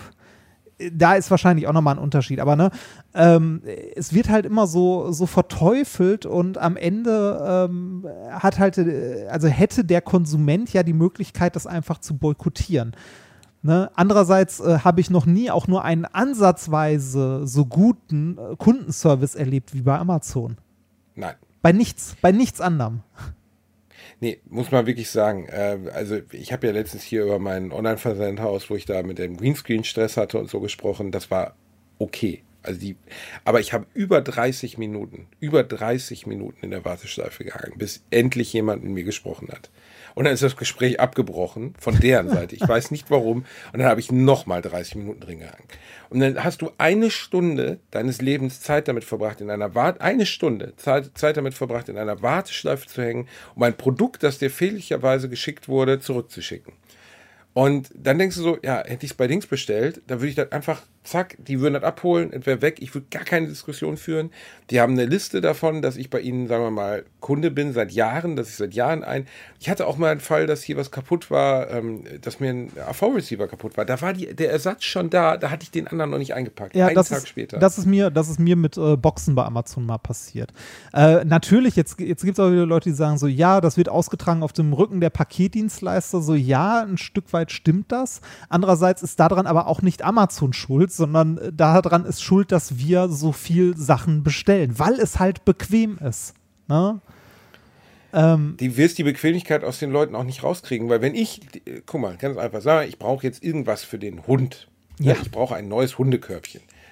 da ist wahrscheinlich auch nochmal ein Unterschied, aber ne, ähm, es wird halt immer so, so verteufelt und am Ende ähm, hat halt, also hätte der Konsument ja die Möglichkeit, das einfach zu boykottieren. Ne? Andererseits äh, habe ich noch nie auch nur einen ansatzweise so guten äh, Kundenservice erlebt wie bei Amazon. Nein. Bei nichts, bei nichts anderem. Nee, muss man wirklich sagen. Äh, also ich habe ja letztens hier über mein Online-Versandhaus, wo ich da mit dem Greenscreen Stress hatte und so gesprochen. Das war okay. Also die, aber ich habe über dreißig Minuten, über dreißig Minuten in der Warteschleife gehangen, bis endlich jemand mit mir gesprochen hat. Und dann ist das Gespräch abgebrochen von deren Seite. Ich weiß nicht warum. Und dann habe ich nochmal dreißig Minuten drin gehangen. Und dann hast du eine Stunde deines Lebens Zeit damit verbracht, in einer Wart eine Stunde Zeit, Zeit damit verbracht, in einer Warteschleife zu hängen, um ein Produkt, das dir fälschlicherweise geschickt wurde, zurückzuschicken. Und dann denkst du so, ja, hätte ich es bei Dings bestellt, dann würde ich das einfach, zack, die würden das abholen, es wäre weg, ich würde gar keine Diskussion führen. Die haben eine Liste davon, dass ich bei ihnen, sagen wir mal, Kunde bin seit Jahren, dass ich seit Jahren ein. Ich hatte auch mal einen Fall, dass hier was kaputt war, ähm, dass mir ein A V-Receiver kaputt war. Da war die, der Ersatz schon da, da hatte ich den anderen noch nicht eingepackt. Ja, einen das Tag ist, später. Das ist mir, das ist mir mit äh, Boxen bei Amazon mal passiert. Äh, natürlich, jetzt, jetzt gibt es auch wieder Leute, die sagen so, ja, das wird ausgetragen auf dem Rücken der Paketdienstleister. So, ja, ein Stück weit stimmt das. Andererseits ist daran aber auch nicht Amazon schuld, sondern daran ist schuld, dass wir so viel Sachen bestellen, weil es halt bequem ist. Ne? Ähm, die wirst die Bequemlichkeit aus den Leuten auch nicht rauskriegen, weil wenn ich, guck mal, ganz einfach sagen, ich brauche jetzt irgendwas für den Hund. Ja. Ich brauche ein neues Hundekörbchen.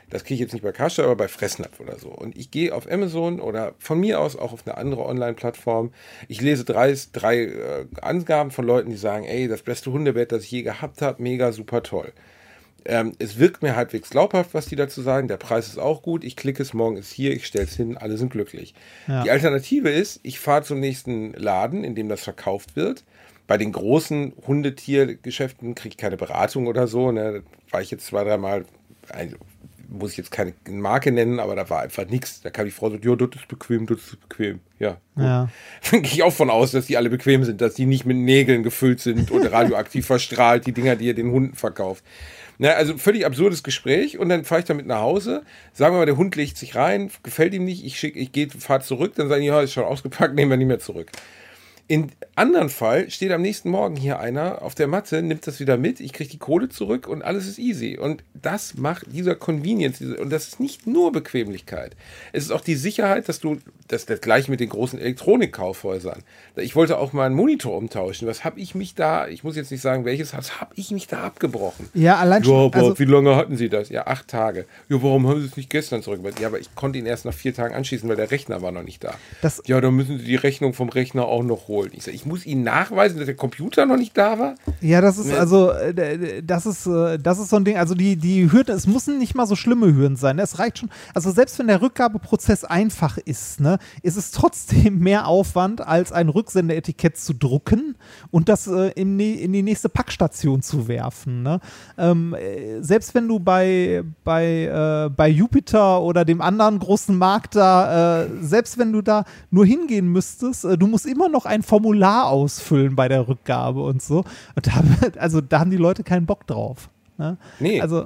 Das kriege ich jetzt nicht bei Karstadt, aber bei Fressnapf oder so. Und ich gehe auf Amazon oder von mir aus auch auf eine andere Online-Plattform. Ich lese drei, drei äh, Angaben von Leuten, die sagen, ey, das beste Hundebett, das ich je gehabt habe, mega, super toll. Ähm, es wirkt mir halbwegs glaubhaft, was die dazu sagen. Der Preis ist auch gut. Ich klicke es, morgen ist hier, ich stelle es hin, alle sind glücklich. Ja. Die Alternative ist, ich fahre zum nächsten Laden, in dem das verkauft wird. Bei den großen Hundetiergeschäften kriege ich keine Beratung oder so. Ne? Da war ich jetzt zwei, dreimal, also muss ich jetzt keine Marke nennen, aber da war einfach nichts. Da kam die Frau so, ja, das ist bequem, das ist bequem. Ja, gut. Ja. Dann gehe ich auch von aus, dass die alle bequem sind, dass die nicht mit Nägeln gefüllt sind und radioaktiv verstrahlt, die Dinger, die ihr den Hunden verkauft. Na, also völlig absurdes Gespräch und dann fahre ich damit nach Hause. Sagen wir mal, der Hund legt sich rein, gefällt ihm nicht, ich schick, ich gehe, fahre zurück, dann sagen die, ja, ist schon ausgepackt, nehmen wir nicht mehr zurück. In anderen Fall steht am nächsten Morgen hier einer auf der Matte, nimmt das wieder mit, ich kriege die Kohle zurück und alles ist easy. Und das macht dieser Convenience, diese, und das ist nicht nur Bequemlichkeit. Es ist auch die Sicherheit, dass du, das, das gleiche mit den großen Elektronikkaufhäusern. Ich wollte auch mal einen Monitor umtauschen. Was habe ich mich da, ich muss jetzt nicht sagen, welches, was habe ich mich da abgebrochen? Ja, allein schon. Ja, aber also, wie lange hatten Sie das? Ja, acht Tage. Ja, warum haben Sie es nicht gestern zurückgebracht? Ja, aber ich konnte ihn erst nach vier Tagen anschließen, weil der Rechner war noch nicht da. Das, ja, dann müssen Sie die Rechnung vom Rechner auch noch holen. Ich sage, ich muss Ihnen nachweisen, dass der Computer noch nicht da war? Ja, das ist also, das ist, das ist so ein Ding, also die, die Hürden, es müssen nicht mal so schlimme Hürden sein, ne? Es reicht schon, also selbst wenn der Rückgabeprozess einfach ist, ne, ist es trotzdem mehr Aufwand, als ein Rücksendeetikett zu drucken und das äh, in, die, in die nächste Packstation zu werfen, ne? Ähm, selbst wenn du bei, bei, äh, bei Jupiter oder dem anderen großen Markt da, äh, selbst wenn du da nur hingehen müsstest, äh, du musst immer noch ein Formular ausfüllen bei der Rückgabe und so. Und da, also da haben die Leute keinen Bock drauf. Ne? Nee. Also,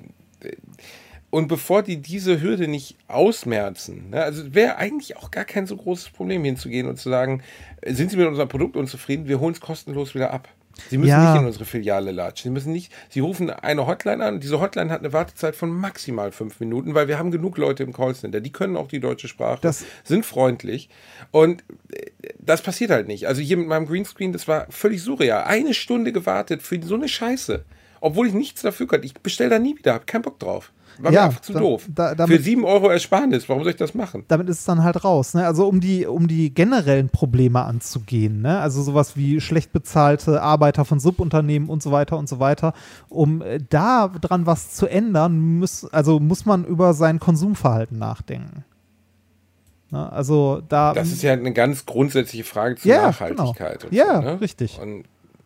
und bevor die diese Hürde nicht ausmerzen, ne, also wäre eigentlich auch gar kein so großes Problem hinzugehen und zu sagen, sind Sie mit unserem Produkt unzufrieden, wir holen es kostenlos wieder ab. Sie müssen ja. nicht in unsere Filiale latschen. Sie müssen nicht, Sie rufen eine Hotline an. Diese Hotline hat eine Wartezeit von maximal fünf Minuten, weil wir haben genug Leute im Callcenter. Die können auch die deutsche Sprache, das sind freundlich. Und das passiert halt nicht. Also hier mit meinem Greenscreen, das war völlig surreal. Eine Stunde gewartet für so eine Scheiße. Obwohl ich nichts dafür konnte. Ich bestelle da nie wieder, hab keinen Bock drauf. War ja, mir einfach zu da, doof. Da, damit, für sieben Euro Ersparnis, warum soll ich das machen? Damit ist es dann halt raus. Ne? Also um die, um die generellen Probleme anzugehen, ne? Also sowas wie schlecht bezahlte Arbeiter von Subunternehmen und so weiter und so weiter, um äh, da dran was zu ändern, muss, also muss man über sein Konsumverhalten nachdenken. Ne? Also da, das ist ja eine ganz grundsätzliche Frage zur ja, Nachhaltigkeit. Genau. Ja, so, ne? richtig. Und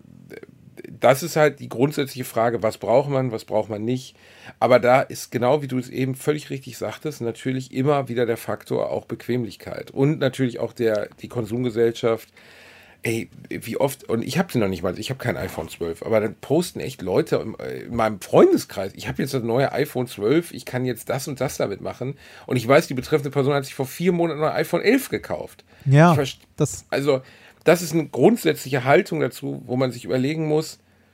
das ist halt die grundsätzliche Frage, was braucht man, was braucht man nicht. Aber da ist genau, wie du es eben völlig richtig sagtest, natürlich immer wieder der Faktor auch Bequemlichkeit. Und natürlich auch der, die Konsumgesellschaft. Ey, wie oft, und ich habe sie noch nicht mal, ich habe kein iPhone zwölf, aber dann posten echt Leute in, in meinem Freundeskreis, ich habe jetzt das neue iPhone zwölf, ich kann jetzt das und das damit machen. Und ich weiß, die betreffende Person hat sich vor vier Monaten ein iPhone elf gekauft. Ja, verst- das also das ist eine grundsätzliche Haltung dazu, wo man sich überlegen muss,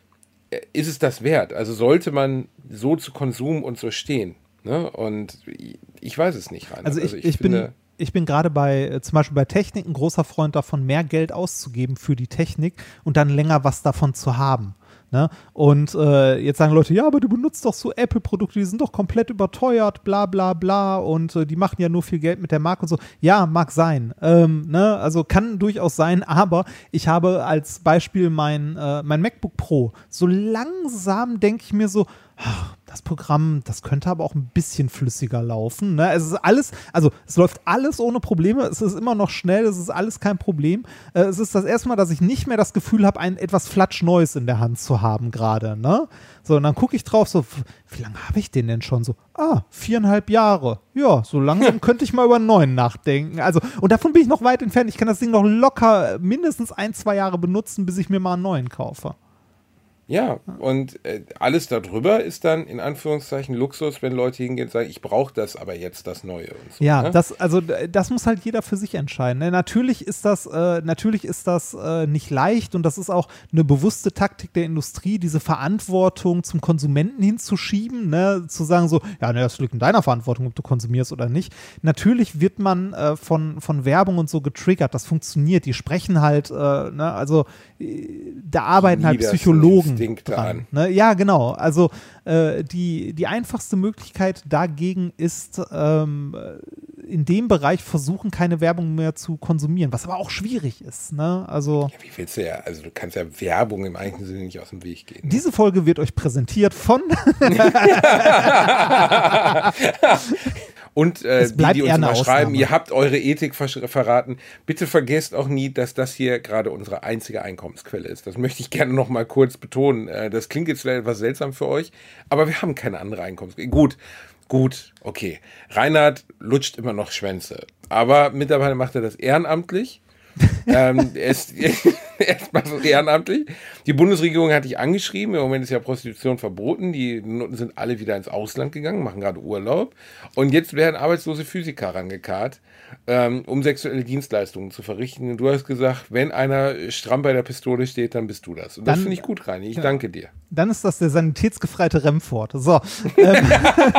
ist es das wert? Also sollte man so zu Konsum und so stehen? Ne? Und ich weiß es nicht, Rainer. Also ich, also ich, ich finde, bin ich bin gerade bei, zum Beispiel bei Technik, ein großer Freund davon, mehr Geld auszugeben für die Technik und dann länger was davon zu haben. Ne? Und äh, jetzt sagen Leute, ja, aber du benutzt doch so Apple-Produkte, die sind doch komplett überteuert, bla bla bla und äh, die machen ja nur viel Geld mit der Marke und so. Ja, mag sein. Ähm, ne? Also kann durchaus sein, aber ich habe als Beispiel mein, äh, mein MacBook Pro. So langsam denke ich mir so, das Programm, das könnte aber auch ein bisschen flüssiger laufen. Ne? Es ist alles, also es läuft alles ohne Probleme, es ist immer noch schnell, es ist alles kein Problem. Äh, es ist das erste Mal, dass ich nicht mehr das Gefühl habe, ein etwas Flatschneues in der Hand zu haben gerade. Ne? So, und dann gucke ich drauf, so, wie lange habe ich den denn schon? So, ah, viereinhalb Jahre. Ja, so langsam könnte ich mal über einen neuen nachdenken. Also, und davon bin ich noch weit entfernt. Ich kann das Ding noch locker mindestens ein, zwei Jahre benutzen, bis ich mir mal einen neuen kaufe. Ja, und äh, alles darüber ist dann in Anführungszeichen Luxus, wenn Leute hingehen und sagen, ich brauche das, aber jetzt das Neue. Und so, ja, ne? das, also das muss halt jeder für sich entscheiden. Ne? Natürlich ist das, äh, natürlich ist das äh, nicht leicht und das ist auch eine bewusste Taktik der Industrie, diese Verantwortung zum Konsumenten hinzuschieben, ne? Zu sagen so, ja, ne, das liegt in deiner Verantwortung, ob du konsumierst oder nicht. Natürlich wird man äh, von, von Werbung und so getriggert, das funktioniert, die sprechen halt, äh, ne? Also äh, da arbeiten halt Psychologen Instinkte dran. an. Ne? Ja, genau. Also äh, die, die einfachste Möglichkeit dagegen ist, ähm, in dem Bereich versuchen, keine Werbung mehr zu konsumieren, was aber auch schwierig ist. Ne? Also, ja, wie willst du ja, also du kannst ja Werbung im eigentlichen Sinne nicht aus dem Weg gehen. Ne? Diese Folge wird euch präsentiert von Und äh, die, die uns immer schreiben, Ausnahme. Ihr habt eure Ethik ver- verraten. Bitte vergesst auch nie, dass das hier gerade unsere einzige Einkommensquelle ist. Das möchte ich gerne noch mal kurz betonen. Äh, das klingt jetzt vielleicht etwas seltsam für euch, aber wir haben keine andere Einkommensquelle. Gut, gut, okay. Reinhard lutscht immer noch Schwänze, aber mittlerweile macht er das ehrenamtlich. ähm, er ist erstmal so ehrenamtlich. Die Bundesregierung hat dich angeschrieben. Im Moment ist ja Prostitution verboten. Die Noten sind alle wieder ins Ausland gegangen, machen gerade Urlaub. Und jetzt werden arbeitslose Physiker rangekarrt, ähm, um sexuelle Dienstleistungen zu verrichten. Und du hast gesagt, wenn einer stramm bei der Pistole steht, dann bist du das. Und das finde ich gut, Reini. Ich ja. danke dir. Dann ist das der sanitätsgefreite Remford. So. ähm.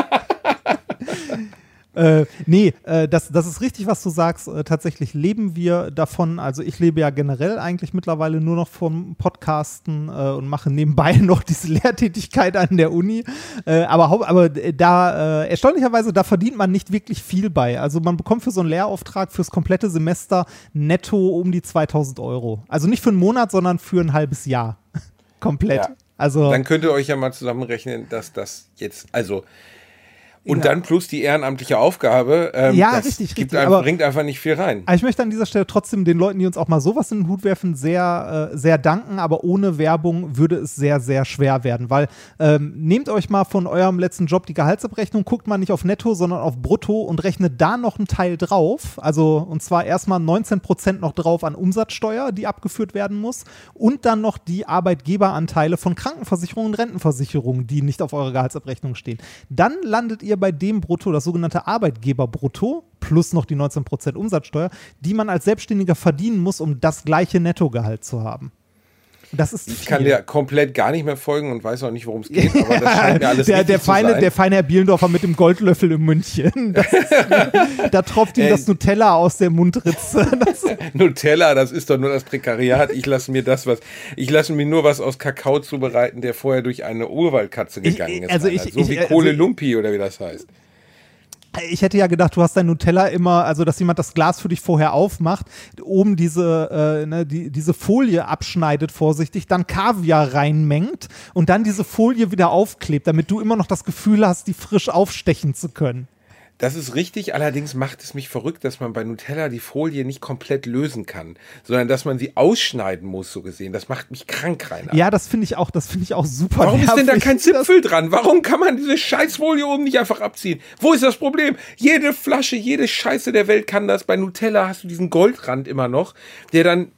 Äh, nee, äh, das, das ist richtig, was du sagst. Äh, tatsächlich leben wir davon. Also ich lebe ja generell eigentlich mittlerweile nur noch vom Podcasten äh, und mache nebenbei noch diese Lehrtätigkeit an der Uni. Äh, aber, aber da, äh, erstaunlicherweise, da verdient man nicht wirklich viel bei. Also man bekommt für so einen Lehrauftrag fürs komplette Semester netto um die zweitausend Euro. Also nicht für einen Monat, sondern für ein halbes Jahr. Komplett. Ja. Also, dann könnt ihr euch ja mal zusammenrechnen, dass das jetzt, also und ja. dann plus die ehrenamtliche Aufgabe, ähm, ja, das richtig, gibt richtig, einfach, aber, bringt einfach nicht viel rein. Aber ich möchte an dieser Stelle trotzdem den Leuten, die uns auch mal sowas in den Hut werfen, sehr, äh, sehr danken, aber ohne Werbung würde es sehr, sehr schwer werden, weil ähm, nehmt euch mal von eurem letzten Job die Gehaltsabrechnung, guckt mal nicht auf Netto, sondern auf Brutto und rechnet da noch einen Teil drauf, also und zwar erstmal neunzehn Prozent noch drauf an Umsatzsteuer, die abgeführt werden muss und dann noch die Arbeitgeberanteile von Krankenversicherungen und Rentenversicherungen, die nicht auf eurer Gehaltsabrechnung stehen. Dann landet ihr bei dem Brutto, das sogenannte Arbeitgeberbrutto, plus noch die neunzehn Prozent Umsatzsteuer, die man als Selbstständiger verdienen muss, um das gleiche Nettogehalt zu haben. Das ist ich viel. kann dir komplett gar nicht mehr folgen und weiß auch nicht, worum es geht, aber das scheint mir alles der, der zu feine, sein. Der feine Herr Bielendorfer mit dem Goldlöffel in München. Das ist, da tropft ihm äh, das Nutella aus der Mundritze. Das Nutella, das ist doch nur das Prekariat. Ich lasse mir das was, ich lasse mir nur was aus Kakao zubereiten, der vorher durch eine Urwaldkatze gegangen ich, ist. Also ich, so ich, wie also Kohle Lumpi oder wie das heißt. Ich hätte ja gedacht, du hast dein Nutella immer, also dass jemand das Glas für dich vorher aufmacht, oben diese, äh, ne, die, diese Folie abschneidet vorsichtig, dann Kaviar reinmengt und dann diese Folie wieder aufklebt, damit du immer noch das Gefühl hast, die frisch aufstechen zu können. Das ist richtig, allerdings macht es mich verrückt, dass man bei Nutella die Folie nicht komplett lösen kann, sondern dass man sie ausschneiden muss, so gesehen. Das macht mich krank, Rainer. Ja, das finde ich auch, das finde ich auch super. Warum nervig. ist denn da kein Zipfel dran? Warum kann man diese Scheißfolie oben nicht einfach abziehen? Wo ist das Problem? Jede Flasche, jede Scheiße der Welt kann das. Bei Nutella hast du diesen Goldrand immer noch, der dann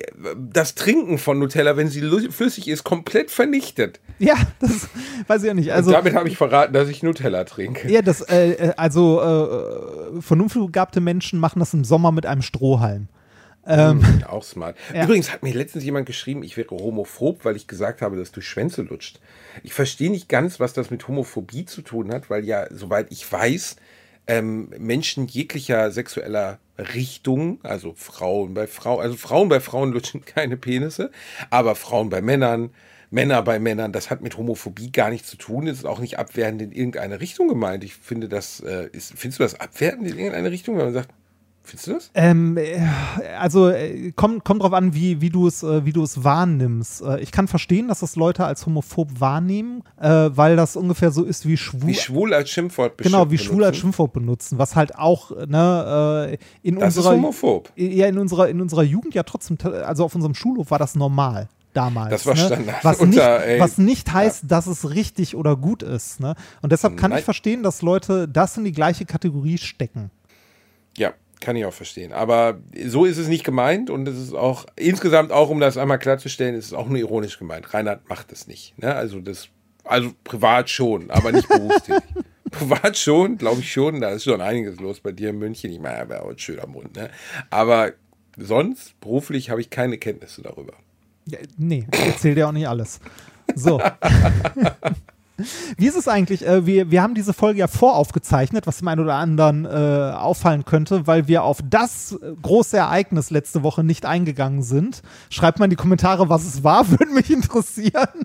das Trinken von Nutella, wenn sie flüssig ist, komplett vernichtet. Ja, das weiß ich auch nicht. Also, und damit habe ich verraten, dass ich Nutella trinke. Ja, das, äh, also äh, vernunftbegabte Menschen machen das im Sommer mit einem Strohhalm. Ähm, hm, auch smart. Ja. Übrigens hat mir letztens jemand geschrieben, ich wäre homophob, weil ich gesagt habe, dass du Schwänze lutscht. Ich verstehe nicht ganz, was das mit Homophobie zu tun hat, weil ja, soweit ich weiß, ähm, Menschen jeglicher sexueller Richtung, also Frauen bei Frauen, also Frauen bei Frauen lutschen keine Penisse, aber Frauen bei Männern, Männer bei Männern, das hat mit Homophobie gar nichts zu tun, das ist auch nicht abwertend in irgendeine Richtung gemeint. Ich finde das, äh, ist, findest du das abwertend in irgendeine Richtung, wenn man sagt, findest du das? Ähm, also äh, kommt kommt drauf an, wie, wie du es äh, wie du es wahrnimmst. Äh, ich kann verstehen, dass das Leute als homophob wahrnehmen, äh, weil das ungefähr so ist wie schwul. Wie schwul als Schimpfwort benutzen. Genau, wie benutzen. schwul als Schimpfwort benutzen, was halt auch ne, äh, in das unserer ist homophob. Ja, in unserer in unserer Jugend ja trotzdem, also auf unserem Schulhof war das normal. Damals. Das war ne? Standard. Was, Unter, nicht, ey, was nicht heißt, ja. dass es richtig oder gut ist. Ne? Und deshalb kann Nein. ich verstehen, dass Leute das in die gleiche Kategorie stecken. Ja, kann ich auch verstehen. Aber so ist es nicht gemeint und es ist auch, insgesamt auch, um das einmal klarzustellen, ist es auch nur ironisch gemeint. Reinhard macht das nicht. Ne? Also das, also privat schon, aber nicht berufstätig. Privat schon, glaube ich schon, da ist schon einiges los bei dir in München. Ich meine, er wäre auch ein schöner Mund. Ne? Aber sonst, beruflich, habe ich keine Kenntnisse darüber. Ja, nee, ich erzähl dir auch nicht alles. So. Wie ist es eigentlich? Äh, wir, wir haben diese Folge ja voraufgezeichnet, was dem einen oder anderen äh, auffallen könnte, weil wir auf das große Ereignis letzte Woche nicht eingegangen sind. Schreibt mal in die Kommentare, was es war, würde mich interessieren.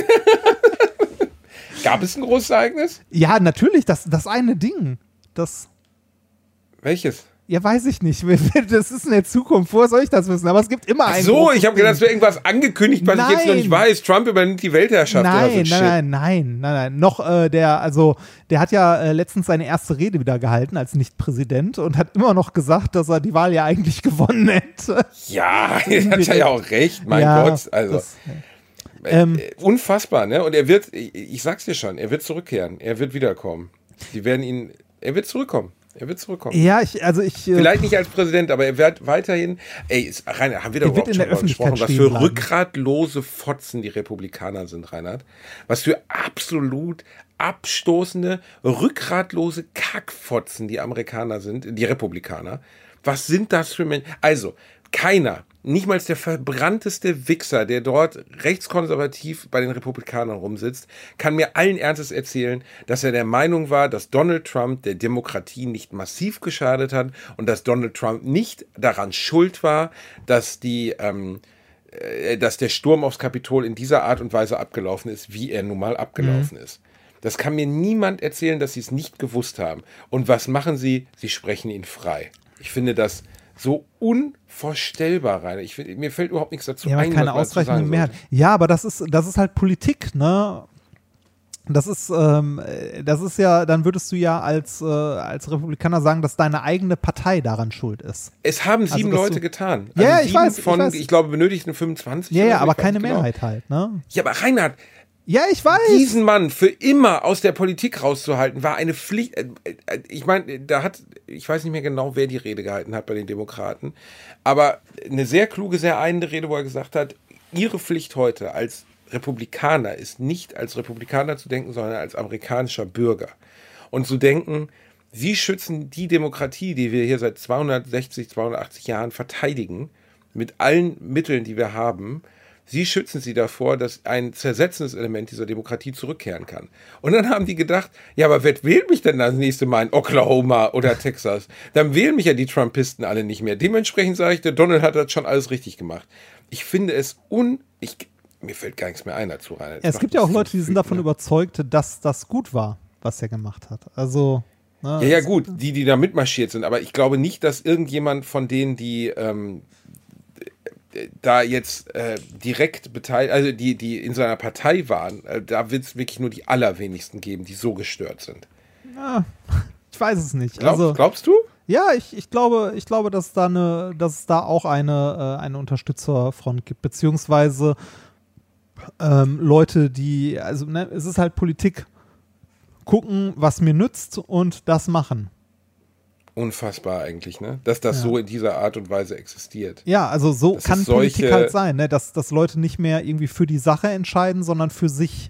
Gab es ein großes Ereignis? Ja, natürlich, das, das eine Ding. Das. Welches? Ja, weiß ich nicht. Das ist in der Zukunft. Woher soll ich das wissen? Aber es gibt immer ein. Ach so, ich habe gedacht, es wäre irgendwas angekündigt, was nein. ich jetzt noch nicht weiß. Trump übernimmt die Weltherrschaft nein, oder so nein, Shit. nein, nein, nein, nein. Noch äh, der, also der hat ja äh, letztens seine erste Rede wieder gehalten als Nicht-Präsident und hat immer noch gesagt, dass er die Wahl ja eigentlich gewonnen hätte. Ja, er hat ja auch recht, mein ja, Gott. Also das, äh, ähm, unfassbar, ne? Und er wird, ich, ich sag's dir schon, er wird zurückkehren, er wird wiederkommen. Die werden ihn, er wird zurückkommen. Er wird zurückkommen. Ja, ich, also ich. Vielleicht nicht als Präsident, aber er wird weiterhin. Ey, ist, Reinhard, haben wir da überhaupt schon mal gesprochen, was für rückgratlose Fotzen die Republikaner sind, Reinhard? Was für absolut abstoßende, rückgratlose Kackfotzen die Amerikaner sind, die Republikaner. Was sind das für Menschen? Also, keiner, nicht mal der verbrannteste Wichser, der dort rechtskonservativ bei den Republikanern rumsitzt, kann mir allen Ernstes erzählen, dass er der Meinung war, dass Donald Trump der Demokratie nicht massiv geschadet hat und dass Donald Trump nicht daran schuld war, dass die, ähm, äh, dass der Sturm aufs Kapitol in dieser Art und Weise abgelaufen ist, wie er nun mal abgelaufen mhm. ist. Das kann mir niemand erzählen, dass sie es nicht gewusst haben. Und was machen sie? Sie sprechen ihn frei. Ich finde das so unvorstellbar rein. Ich, mir fällt überhaupt nichts dazu ja, ein. Keine ausreichende Mehrheit. Ja, aber das ist, das ist halt Politik, ne? Das ist, ähm, das ist ja, dann würdest du ja als, äh, als Republikaner sagen, dass deine eigene Partei daran schuld ist. Es haben sieben also, Leute du, getan. Also ja, sieben ich weiß. Von, ich, weiß. ich glaube, benötigten fünfundzwanzig. Ja, ja, so, aber keine genau. Mehrheit halt, ne? Ja, aber Reinhard, ja, ich weiß. Diesen Mann für immer aus der Politik rauszuhalten, war eine Pflicht. Ich meine, da hat, ich weiß nicht mehr genau, wer die Rede gehalten hat bei den Demokraten, aber eine sehr kluge, sehr einende Rede, wo er gesagt hat, ihre Pflicht heute als Republikaner ist nicht als Republikaner zu denken, sondern als amerikanischer Bürger. Und zu denken, sie schützen die Demokratie, die wir hier seit zweihundertsechzig, zweihundertachtzig Jahren verteidigen, mit allen Mitteln, die wir haben. Sie schützen sie davor, dass ein zersetzendes Element dieser Demokratie zurückkehren kann. Und dann haben die gedacht, ja, aber wer wählt mich denn das nächste Mal in Oklahoma oder Texas? Dann wählen mich ja die Trumpisten alle nicht mehr. Dementsprechend sage ich, der Donald hat das schon alles richtig gemacht. Ich finde es un... Ich, mir fällt gar nichts mehr ein dazu rein. Ja, es gibt ja auch Leute, die sind davon überzeugt, dass das gut war, was er gemacht hat. Also... Ja, ja, gut, die, die da mitmarschiert sind. Aber ich glaube nicht, dass irgendjemand von denen, die... Ähm, da jetzt äh, direkt beteiligt, also die, die in seiner Partei waren, äh, da wird es wirklich nur die allerwenigsten geben, die so gestört sind. Ja, ich weiß es nicht. Glaub, also, glaubst du? Ja, ich, ich glaube, ich glaube, dass da eine, dass es da auch eine, äh, eine Unterstützerfront gibt, beziehungsweise ähm, Leute, die, also ne, es ist halt Politik, gucken, was mir nützt und das machen. Unfassbar eigentlich, ne? Dass das ja. so in dieser Art und Weise existiert. Ja, also so das kann Politik halt sein, ne? dass, dass Leute nicht mehr irgendwie für die Sache entscheiden, sondern für sich.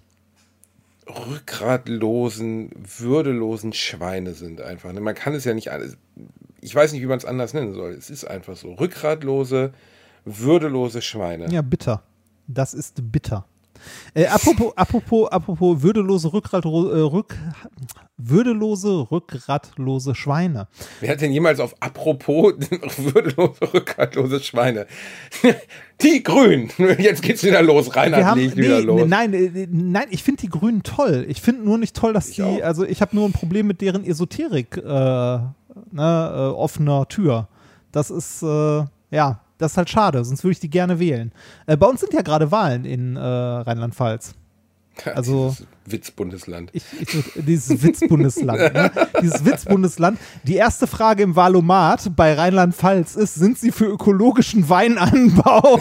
Rückgratlosen, würdelosen Schweine sind einfach. Ne? Man kann es ja nicht alles, ich weiß nicht, wie man es anders nennen soll. Es ist einfach so. Rückgratlose, würdelose Schweine. Ja, bitter. Das ist bitter. Äh, apropos, apropos, apropos würdelose, Rückgrat, äh, Rück, würdelose, rückgratlose Schweine. Wer hat denn jemals auf apropos würdelose, rückgratlose Schweine? Die Grünen. Jetzt geht's wieder los. Reinhard legt wieder nee, los. Nein, äh, nein, ich finde die Grünen toll. Ich finde nur nicht toll, dass ich die, auch. also ich habe nur ein Problem mit deren Esoterik, äh, ne, äh, offener Tür. Das ist, äh, ja. Das ist halt schade, sonst würde ich die gerne wählen. Äh, bei uns sind ja gerade Wahlen in äh, Rheinland-Pfalz. Also dieses Witzbundesland. Ich, ich, dieses Witzbundesland. ne? Dieses Witzbundesland. Die erste Frage im Wahlomat bei Rheinland-Pfalz ist, sind Sie für ökologischen Weinanbau?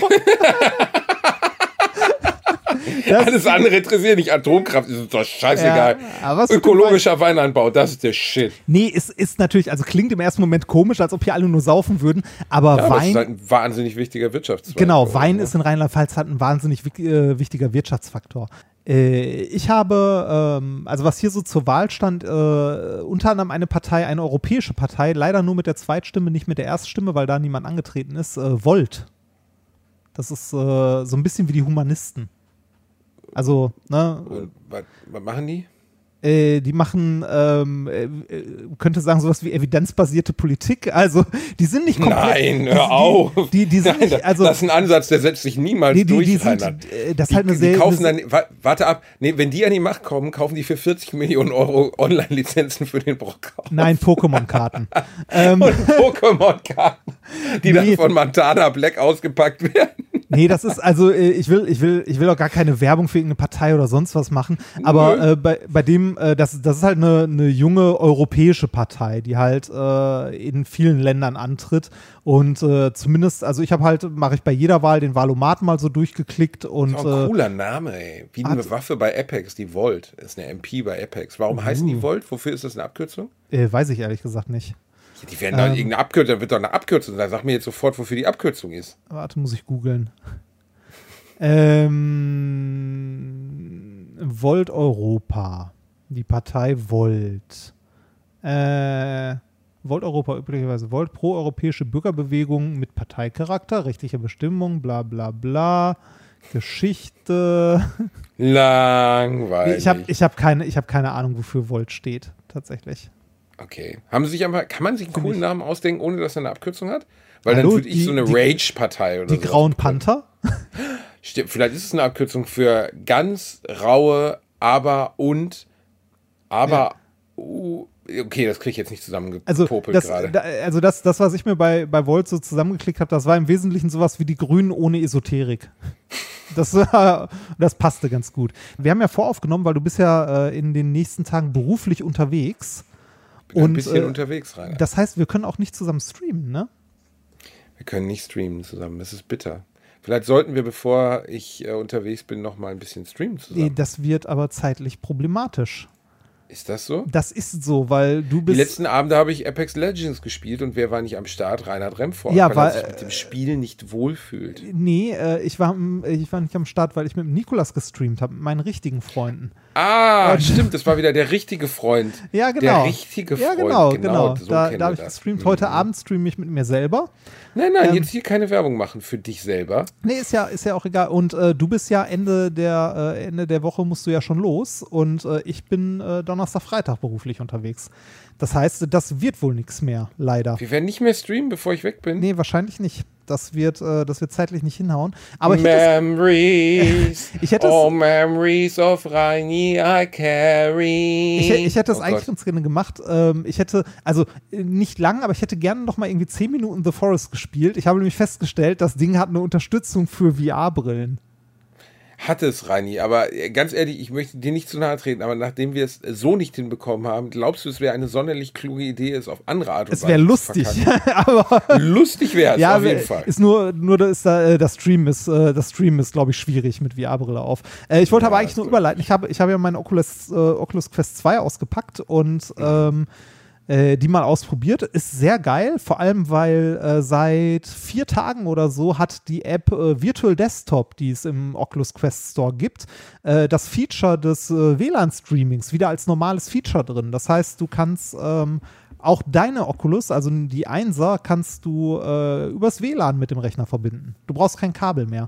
Das Alles andere interessiert nicht. Atomkraft ist doch scheißegal. Ja, ökologischer Weinanbau, das ist der Shit. Nee, es ist natürlich, also klingt im ersten Moment komisch, als ob hier alle nur saufen würden, aber ja, Wein... das ist halt ein wahnsinnig wichtiger Wirtschaftszweig. Genau, oder? Wein ist in Rheinland-Pfalz halt ein wahnsinnig äh, wichtiger Wirtschaftsfaktor. Äh, ich habe, ähm, also was hier so zur Wahl stand, äh, unter anderem eine Partei, eine europäische Partei, leider nur mit der Zweitstimme, nicht mit der Erststimme, weil da niemand angetreten ist, äh, Volt. Das ist äh, so ein bisschen wie die Humanisten. Also, ne? Und was, was machen die? Äh, die machen, ähm, äh, könnte sagen, sowas wie evidenzbasierte Politik. Also, die sind nicht komplett. Nein, hör auf. Die, die, die sind Nein, nicht, also, das ist ein Ansatz, der setzt sich niemals die, die, durch, die sind, Reinhard. äh, das ist Die, halt eine die sehr. kaufen eine, dann, wa- warte ab, nee, wenn die an die Macht kommen, kaufen die für vierzig Millionen Euro Online-Lizenzen für den Brockhaus. Nein, Pokémon-Karten. ähm, Und Pokémon-Karten, die Nee. dann von Montana Black ausgepackt werden. Nee, das ist, also äh, ich will, ich will, ich will auch gar keine Werbung für irgendeine Partei oder sonst was machen, aber äh, bei, bei dem, äh, das, das ist halt eine, eine junge europäische Partei, die halt äh, in vielen Ländern antritt und äh, zumindest, also ich habe halt, mache ich bei jeder Wahl den Wahlomat mal so durchgeklickt und Das ist auch ein äh, cooler Name, ey. Wie eine hat- Waffe bei Apex, die Volt. Ist eine M P bei Apex. Warum heißen die Volt? Wofür ist das eine Abkürzung? äh, weiß ich ehrlich gesagt nicht. Die werden da Ähm. irgendeine Abkürzung, da wird doch eine Abkürzung sein. Sag mir jetzt sofort, wofür die Abkürzung ist. Warte, muss ich googeln. Ähm, Volt Europa. Die Partei Volt. Äh, Volt Europa üblicherweise Volt, proeuropäische Bürgerbewegung mit Parteicharakter, rechtliche Bestimmung, bla bla bla. Geschichte. Langweilig. Ich habe ich hab keine, ich hab keine Ahnung, wofür Volt steht, tatsächlich. Okay. Haben Sie sich einfach, kann man sich einen Find coolen ich- Namen ausdenken, ohne dass er eine Abkürzung hat? Weil Hallo, dann würde ich die- so eine die- Rage-Partei oder Die so. Grauen Panther? Stimmt, vielleicht ist es eine Abkürzung für ganz raue, aber und, aber, uh, okay, das kriege ich jetzt nicht Also, zusammengepopelt das, gerade. da, also das, das, was ich mir bei, bei Volt so zusammengeklickt habe, das war im Wesentlichen sowas wie die Grünen ohne Esoterik. Das, war, das passte ganz gut. Wir haben ja voraufgenommen, weil du bist ja äh, in den nächsten Tagen beruflich unterwegs. Bin ein und, bisschen äh, unterwegs rein. Das heißt, wir können auch nicht zusammen streamen, ne? Wir können nicht streamen zusammen, das ist bitter. Vielleicht sollten wir, bevor ich äh, unterwegs bin, noch mal ein bisschen streamen zusammen. Nee, das wird aber zeitlich problematisch. Ist das so? Das ist so, weil du Die bist. letzten Abende habe ich Apex Legends gespielt und wer war nicht am Start? Reinhard Remford, Ja, weil weil- er sich mit dem Spiel nicht wohlfühlt. Nee, äh, ich, war, am- ich war nicht am Start, weil ich mit dem Nikolas gestreamt habe, mit meinen richtigen Freunden. Ah, stimmt, das war wieder der richtige Freund. Ja, genau. Der richtige Ja, Freund. genau, genau. So da kennen da habe wir ich das. gestreamt. Heute Mhm. Abend streame ich mit mir selber. Nein, nein, Ähm, jetzt hier keine Werbung machen für dich selber. Nee, ist ja, ist ja auch egal. Und äh, du bist ja Ende der, äh, Ende der Woche musst du ja schon los. Und äh, ich bin äh, Donnerstag, Freitag beruflich unterwegs. Das heißt, das wird wohl nichts mehr, leider. Wir werden nicht mehr streamen, bevor ich weg bin. Nee, wahrscheinlich nicht. Das wird, äh, das wird zeitlich nicht hinhauen. Aber ich hätte Memories, Ich hätte es- all memories of Reini I carry. Ich, ich hätte das Oh eigentlich Gott. ganz gerne gemacht. Ähm, ich hätte, also äh, nicht lang, aber ich hätte gerne noch mal irgendwie zehn Minuten The Forest gespielt. Ich habe nämlich festgestellt, das Ding hat eine Unterstützung für V R-Brillen. Hat es, Reini, aber äh, ganz ehrlich, ich möchte dir nicht zu nahe treten, aber nachdem wir es so nicht hinbekommen haben, glaubst du, es wäre eine sonderlich kluge Idee, es auf andere Art und Es wäre zu lustig, verkacken? aber Lustig wäre es, ja, auf jeden wär- Fall. ist nur, nur da ist da, äh, das Stream ist, äh, das Stream ist, glaube ich, schwierig mit V R-Brille auf. Äh, ich wollte Ja, aber eigentlich das nur glaub ich. überleiten. Ich habe, ich habe ja meine Oculus, äh, Oculus Quest zwei ausgepackt und ähm, äh, die mal ausprobiert. Ist sehr geil, vor allem weil äh, seit vier Tagen oder so hat die App äh, Virtual Desktop, die es im Oculus Quest Store gibt, äh, das Feature des äh, W L A N-Streamings wieder als normales Feature drin. Das heißt, du kannst ähm, auch deine Oculus, also die Einser, kannst du äh, übers W L A N mit dem Rechner verbinden. Du brauchst kein Kabel mehr.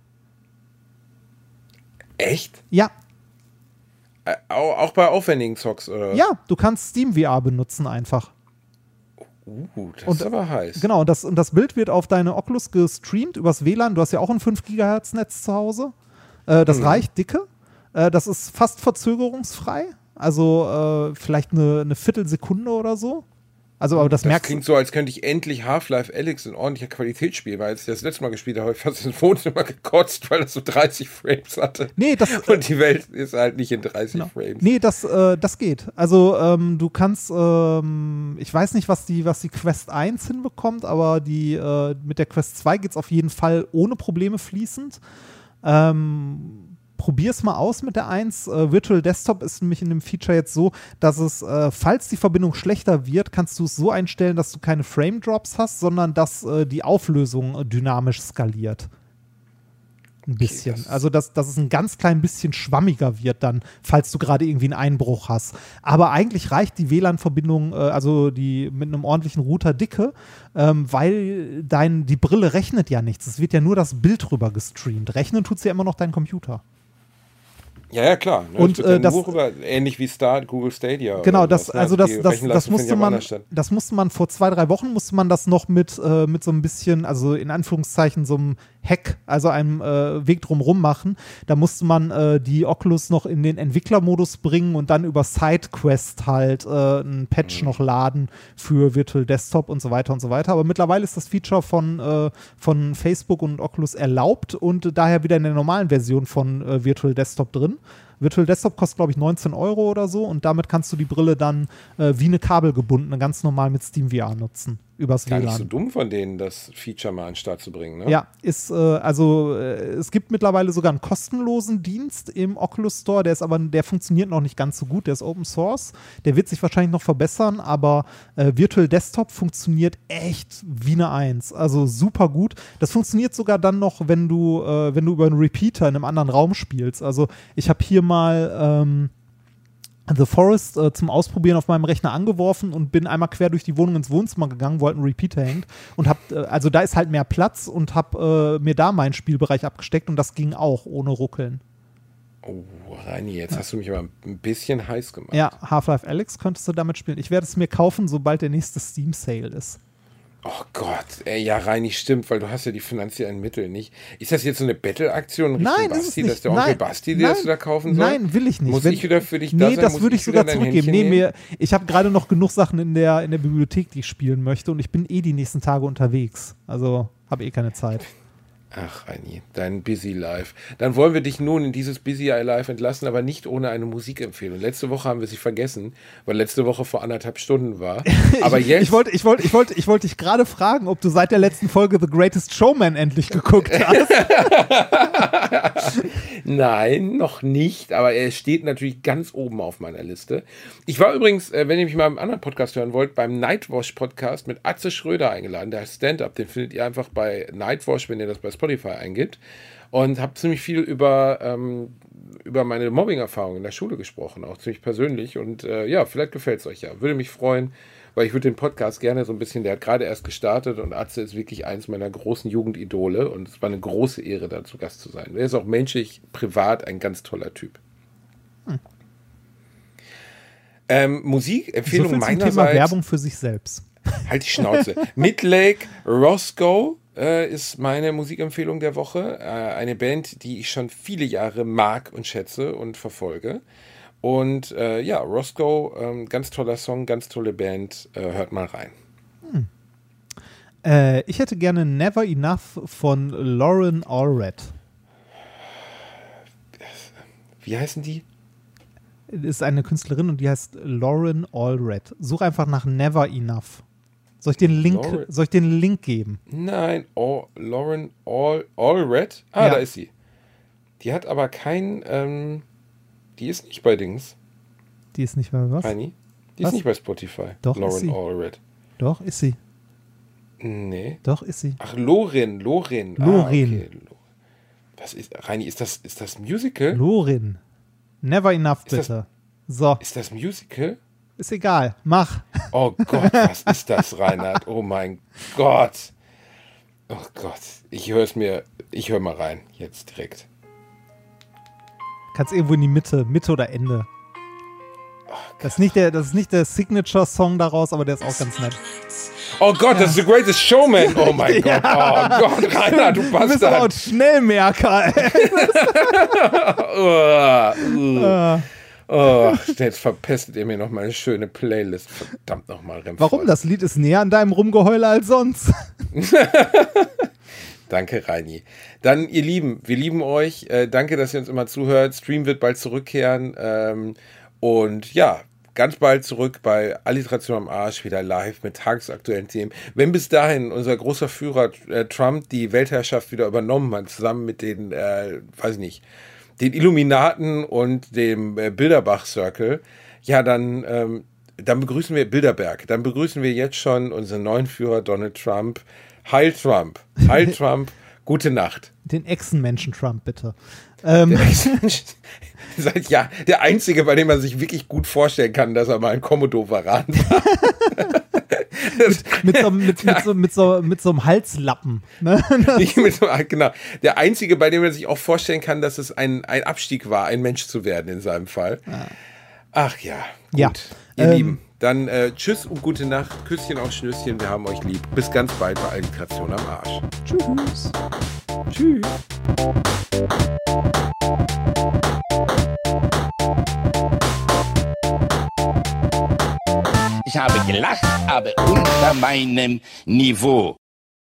Echt? Ja, Äh, au- auch bei aufwendigen Zocks, oder? ja, du kannst Steam V R benutzen einfach. Uh, das Und- ist aber heiß. Genau, und das, und das Bild wird auf deine Oculus gestreamt übers W L A N. Du hast ja auch ein fünf Gigahertz Netz zu Hause. Äh, das Mhm. reicht dicke. Äh, das ist fast verzögerungsfrei. Also äh, vielleicht eine, eine Viertelsekunde oder so. Also, aber das, Das merkst klingt so, als könnte ich endlich Half-Life Alyx in ordentlicher Qualität spielen, weil als ich das letzte Mal gespielt habe, habe ich fast ins Wohnzimmer gekotzt, weil das so dreißig Frames hatte. Nee, das, Und die Welt ist halt nicht in dreißig Genau. Frames. Nee, das, äh, das geht. Also ähm, du kannst, ähm, ich weiß nicht, was die, was die Quest eins hinbekommt, aber die, äh, mit der Quest zwei geht es auf jeden Fall ohne Probleme fließend. Ähm, probier's mal aus mit der eins. Äh, Virtual Desktop ist nämlich in dem Feature jetzt so, dass es, äh, falls die Verbindung schlechter wird, kannst du es so einstellen, dass du keine Frame Drops hast, sondern dass äh, die Auflösung äh, dynamisch skaliert. Ein bisschen. das ist- also, dass, dass es ein ganz klein bisschen schwammiger wird dann, falls du gerade irgendwie einen Einbruch hast. Aber eigentlich reicht die W L A N-Verbindung, äh, also die mit einem ordentlichen Router dicke, ähm, weil dein, die Brille rechnet ja nichts. Es wird ja nur das Bild rüber gestreamt. Rechnen tut ja immer noch dein Computer. Ja, ja, klar. Ne? Und das, äh, das nur über, ähnlich wie Start, Google Stadia. genau, das, was, ne? also das, Die das, Rechenleistung das musste findet ja man, woanders statt. das musste man vor zwei, drei Wochen musste man das noch mit, äh, mit so ein bisschen, also in Anführungszeichen so einem Hack, also einem äh, Weg drumrum machen. Da musste man äh, die Oculus noch in den Entwicklermodus bringen und dann über SideQuest halt äh, einen Patch mhm. noch laden für Virtual Desktop und so weiter und so weiter. Aber mittlerweile ist das Feature von, äh, von Facebook und Oculus erlaubt und daher wieder in der normalen Version von äh, Virtual Desktop drin. Virtual Desktop kostet, glaube ich, neunzehn Euro oder so und damit kannst du die Brille dann äh, wie eine kabelgebundene ganz normal mit SteamVR nutzen. Übers Gar W L A N. nicht so dumm von denen, das Feature mal an den Start zu bringen, ne? Ja, ist, äh, also äh, es gibt mittlerweile sogar einen kostenlosen Dienst im Oculus Store, der ist aber, der funktioniert noch nicht ganz so gut, der ist Open Source, der wird sich wahrscheinlich noch verbessern, aber äh, Virtual Desktop funktioniert echt wie eine Eins, also super gut. Das funktioniert sogar dann noch, wenn du, äh, wenn du über einen Repeater in einem anderen Raum spielst. Also ich habe hier mal ähm, The Forest äh, zum Ausprobieren auf meinem Rechner angeworfen und bin einmal quer durch die Wohnung ins Wohnzimmer gegangen, wo halt ein Repeater hängt und hab, äh, also da ist halt mehr Platz und hab äh, mir da meinen Spielbereich abgesteckt und das ging auch ohne Ruckeln. Oh, Reini, jetzt ja. hast du mich aber ein bisschen heiß gemacht. Ja, Half-Life Alyx könntest du damit spielen. Ich werde es mir kaufen, sobald der nächste Steam-Sale ist. Oh Gott, ey, ja, Reini, stimmt, weil du hast ja die finanziellen Mittel nicht. Ist das jetzt so eine Battle-Aktion Richtung Nein, Basti, ist es nicht. dass der Onkel Nein, Basti dir nein, das wieder kaufen soll? Nein, will ich nicht. Muss Wenn, ich wieder für dich da nee, sein? Nee, das Muss würde ich ich sogar wieder dein zurückgeben. Händchen Nee, nehmen? mir, ich habe gerade noch genug Sachen in der, in der Bibliothek, die ich spielen möchte und ich bin eh die nächsten Tage unterwegs. Also habe eh keine Zeit. Ach, Reini, dein Busy Life. Dann wollen wir dich nun in dieses Busy Life entlassen, aber nicht ohne eine Musikempfehlung. Letzte Woche haben wir sie vergessen, weil letzte Woche vor anderthalb Stunden war. Aber ich, jetzt... Ich wollte ich wollt, ich wollt, ich wollt dich gerade fragen, ob du seit der letzten Folge The Greatest Showman endlich geguckt hast. Nein, noch nicht, aber er steht natürlich ganz oben auf meiner Liste. Ich war übrigens, wenn ihr mich mal im anderen Podcast hören wollt, beim Nightwash-Podcast mit Atze Schröder eingeladen, der Stand-Up, den findet ihr einfach bei Nightwash, wenn ihr das bei Spotify eingibt, und habe ziemlich viel über, ähm, über meine Mobbing-Erfahrung in der Schule gesprochen, auch ziemlich persönlich und äh, ja, vielleicht gefällt es euch ja. Würde mich freuen, weil ich würde den Podcast gerne so ein bisschen, der hat gerade erst gestartet und Atze ist wirklich eins meiner großen Jugendidole und es war eine große Ehre, da zu Gast zu sein. Er ist auch menschlich, privat ein ganz toller Typ. Hm. Ähm, Musikempfehlung so meinerseits. Thema Werbung für sich selbst. Halt die Schnauze. Midlake Roscoe äh, ist meine Musikempfehlung der Woche. Äh, eine Band, die ich schon viele Jahre mag und schätze und verfolge. Und äh, ja, Roscoe, ähm, ganz toller Song, ganz tolle Band. Äh, hört mal rein. Hm. Äh, ich hätte gerne Never Enough von Lauren Allred. Wie heißen die? Ist eine Künstlerin und die heißt Lauren Allred. Such einfach nach Never Enough. Soll ich den Link, Lauren. soll ich den Link geben? Nein, All, Lauren All, Allred. Ah, ja. Da ist sie. Die hat aber kein, ähm, die ist nicht bei Dings. Die ist nicht bei was? Heini? Die was? ist nicht bei Spotify. Doch, Lauren ist sie. Allred. Doch, ist sie. Nee. Doch, ist sie. Ach, Lorin, Lorin. Lorin. Ah, okay. Was ist, Reini, ist das, ist das Musical? Lorin. Never Enough, Ist das- bitte. So, Ist das Musical? ist egal. Mach. Oh Gott, was ist das, Reinhard? Oh mein Gott. Oh Gott. Ich höre es mir, ich höre mal rein, jetzt direkt. Kannst irgendwo in die Mitte, Mitte oder Ende. Das ist nicht der, das ist nicht der Signature-Song daraus, aber der ist auch ganz nett. Oh Gott, das ist The Greatest Showman. Oh mein Gott. Oh Gott, Reinhard, du Du bist aber Bastard. ein Schnellmerker, ey. Oh, Äh, oh, jetzt verpestet ihr mir noch mal eine schöne Playlist. Verdammt nochmal, Remford. Warum? Das Lied ist näher an deinem Rumgeheule als sonst. Danke, Reini. Dann, ihr Lieben, wir lieben euch. Äh, danke, dass ihr uns immer zuhört. Stream wird bald zurückkehren. Ähm, und ja, ganz bald zurück bei Alliteration am Arsch, wieder live mit tagesaktuellen Themen. Wenn bis dahin unser großer Führer äh, Trump die Weltherrschaft wieder übernommen hat, zusammen mit den, äh, weiß ich nicht, den Illuminaten und dem äh, Bilderbach-Circle, ja, dann, ähm, dann begrüßen wir Bilderberg. Dann begrüßen wir jetzt schon unseren neuen Führer Donald Trump. Heil Trump. Heil Trump. Gute Nacht. Den Echsenmenschen Trump, bitte. Ähm, Seit Jahr der einzige, bei dem man sich wirklich gut vorstellen kann, dass er mal ein Commodore-Varan war. mit, mit, so, mit, mit, so, mit, so, mit so einem Halslappen. Ne? Nicht mit so, genau. Der einzige, bei dem man sich auch vorstellen kann, dass es ein, ein Abstieg war, ein Mensch zu werden in seinem Fall. Ach ja, gut. Ja, Ihr ähm, Lieben, dann äh, tschüss und gute Nacht. Küsschen auf Schnüsschen, wir haben euch lieb. Bis ganz bald bei Alliteration am Arsch. Tschüss. Tschüss. Ich habe gelacht, aber unter meinem Niveau.